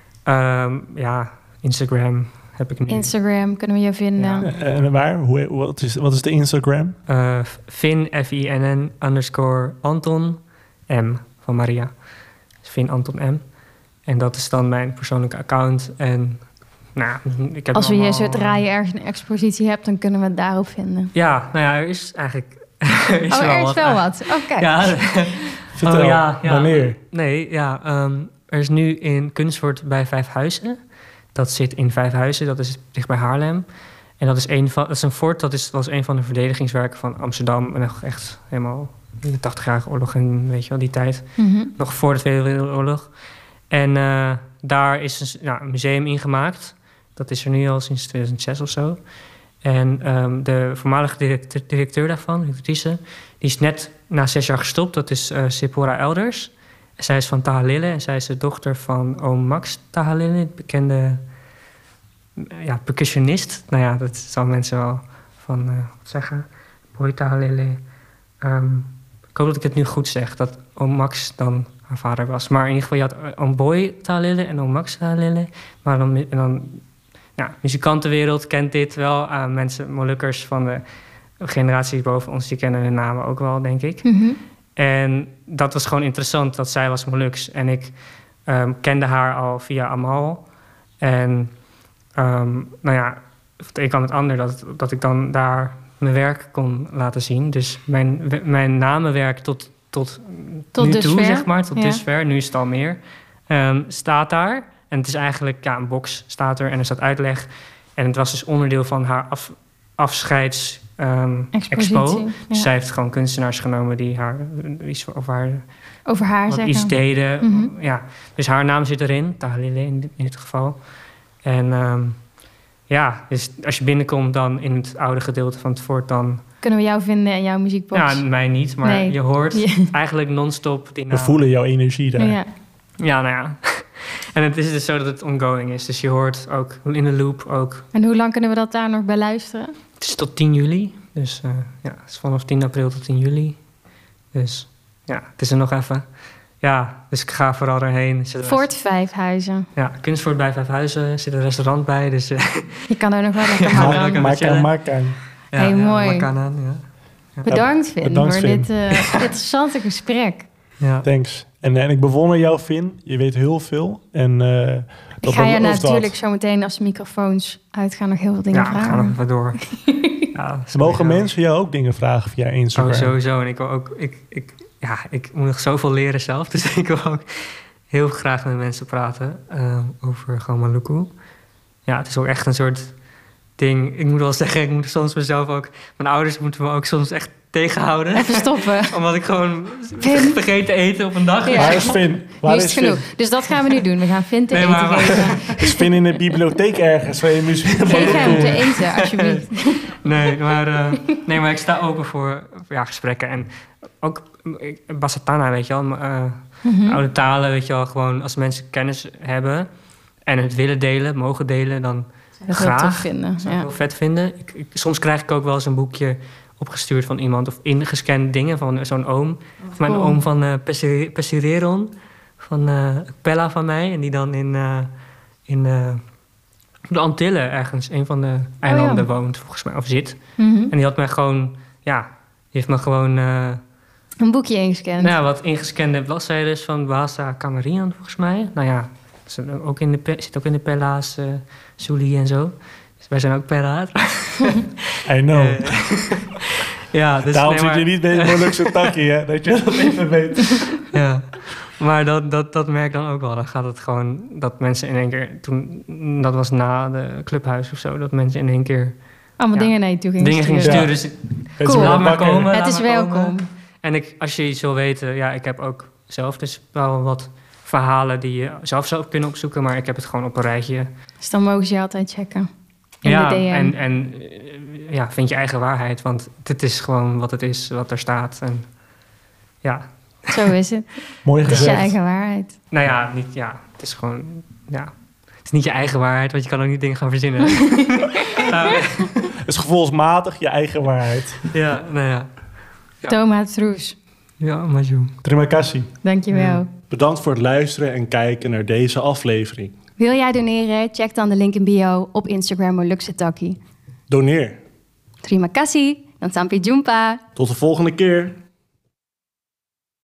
Instagram heb ik nu. Instagram kunnen we je vinden. Ja. En waar? Wat is de Instagram? Finn, Finn, _Anton... M van Maria. Dus Finn Anton M. En dat is dan mijn persoonlijke account. En ik heb als we zodra je ergens een expositie hebt, dan kunnen we het daarop vinden. Ja, er is eigenlijk... er is wel wat. Oké. Ja. Vertel, wanneer? Nee, er is nu in Kunstvoort bij Vijfhuizen. Dat zit in Vijfhuizen, dat is dicht bij Haarlem. En dat is een fort, dat was een van de verdedigingswerken van Amsterdam. En echt helemaal... in de 80-jarige oorlog en weet je wel, die tijd. Nog voor de Tweede Wereldoorlog. En daar is een museum ingemaakt. Dat is er nu al sinds 2006 of zo. En de voormalige directeur daarvan, directrice... die is net na 6 jaar gestopt. Dat is Sephora Elders. En zij is van Tahalille. En zij is de dochter van oom Max Tahalille. Bekende percussionist. Dat zal mensen wel van wat zeggen. Boy Tahalille... ik hoop dat ik het nu goed zeg, dat oom Max dan haar vader was. Maar in ieder geval, je had oom Boy Tahalille en oom Max Tahalille. Maar dan muzikantenwereld kent dit wel. Mensen, Molukkers van de generatie boven ons, die kennen hun namen ook wel, denk ik. En dat was gewoon interessant, dat zij was Moluks. En ik kende haar al via Amal. En van het een kwam het ander, dat ik dan daar... mijn werk kon laten zien. Dus mijn namenwerk tot nu dusver, toe, zeg maar. Tot dusver, nu is het al meer. Staat daar. En het is eigenlijk, een box staat er. En er staat uitleg. En het was dus onderdeel van haar expo. Ja. Dus zij heeft gewoon kunstenaars genomen die haar iets over haar zeggen. Iets deden. Ja. Dus haar naam zit erin, Tahalile in dit geval. En dus als je binnenkomt dan in het oude gedeelte van het fort, dan kunnen we jou vinden en jouw muziekbox? Ja, mij niet, maar je hoort eigenlijk non-stop die naam. We voelen jouw energie daar. Ja, nou ja. En het is dus zo dat het ongoing is. Dus je hoort ook in de loop ook. En hoe lang kunnen we dat daar nog bij luisteren? Het is tot 10 juli. Dus het is vanaf 10 april tot 10 juli. Dus ja, het is er nog even. Ja, dus ik ga vooral erheen. Fort Vijfhuizen. Ja, Kunstfort bij Vijfhuizen. Er zit een restaurant bij, dus je kan er nog wel lekker maken. Ja, hey, mooi. Ja. Bedankt, Finn, voor dit interessante gesprek. Ja. Thanks. En ik bewonder jou, Finn. Je weet heel veel. En ik ga je natuurlijk zo meteen als de microfoons uitgaan nog heel veel dingen vragen. Ja, we gaan nog even door. Mogen mensen jou ook dingen vragen via Instagram? Oh, sowieso. En ik wil ook... Ik moet nog zoveel leren zelf. Dus ik wil ook heel graag met mensen praten over gewoon Maluku. Ja, het is ook echt een soort ding. Ik moet wel zeggen, ik moet soms mezelf ook... Mijn ouders moeten me ook soms echt tegenhouden. Even stoppen. Omdat ik gewoon vergeet te eten op een dag. Ja. Waar is Finn? Waar is genoeg. Dus dat gaan we nu doen. We gaan Finn te eten geven. Is Finn in de bibliotheek ergens? Waar je muziek geef hem te eten, alsjeblieft. Nee, maar ik sta open voor gesprekken. En ook Basatana, weet je wel. Oude talen, weet je wel. Gewoon als mensen kennis hebben en het willen delen, mogen delen, dan dat graag. Heel tof vinden. Zou ik heel vet vinden. Soms krijg ik ook wel eens een boekje opgestuurd van iemand of ingescande dingen van zo'n oom. Of mijn oom van Pesireron, van Pella van mij. En die dan in de Antillen ergens, een van de eilanden woont, volgens mij, of zit. En die had mij gewoon, die heeft me gewoon... een boekje ingescand. Nou, wat ingescande bladzijden van Bahasa Kamarian, volgens mij. Nou ja, zit ook in de Pella's, Suli en zo. Dus wij zijn ook Pella. I know. Dus daarom zit je niet bij de Molukse takkie, hè? Dat je dat even weet. Ja, maar dat merk ik dan ook wel. Dan gaat het gewoon dat mensen in één keer... Toen, dat was na de clubhuis of zo, dat mensen in één keer... Allemaal dingen naar je toe gingen sturen. Ja. Dus cool. Laat maar komen. Het is welkom. En als je iets wil weten... ik heb ook zelf dus wel wat verhalen die je zelf zou kunnen opzoeken. Maar ik heb het gewoon op een rijtje. Dus dan mogen ze je altijd checken. In de DM. En vind je eigen waarheid. Want het is gewoon wat het is, wat er staat. En zo is het. Mooi gezegd. Het is je eigen waarheid. Nou ja, het is gewoon... Ja. Het is niet je eigen waarheid, want je kan ook niet dingen gaan verzinnen. Het is gevoelsmatig je eigen waarheid. Ja, nou ja. Toma Troes. Ja, Majou. Terima kasih. Dankjewel. Ja. Bedankt voor het luisteren en kijken naar deze aflevering. Wil jij doneren? Check dan de link in bio op Instagram Molukse Takkie. Doneer. Terima kasih. Dan sampai jumpa. Tot de volgende keer.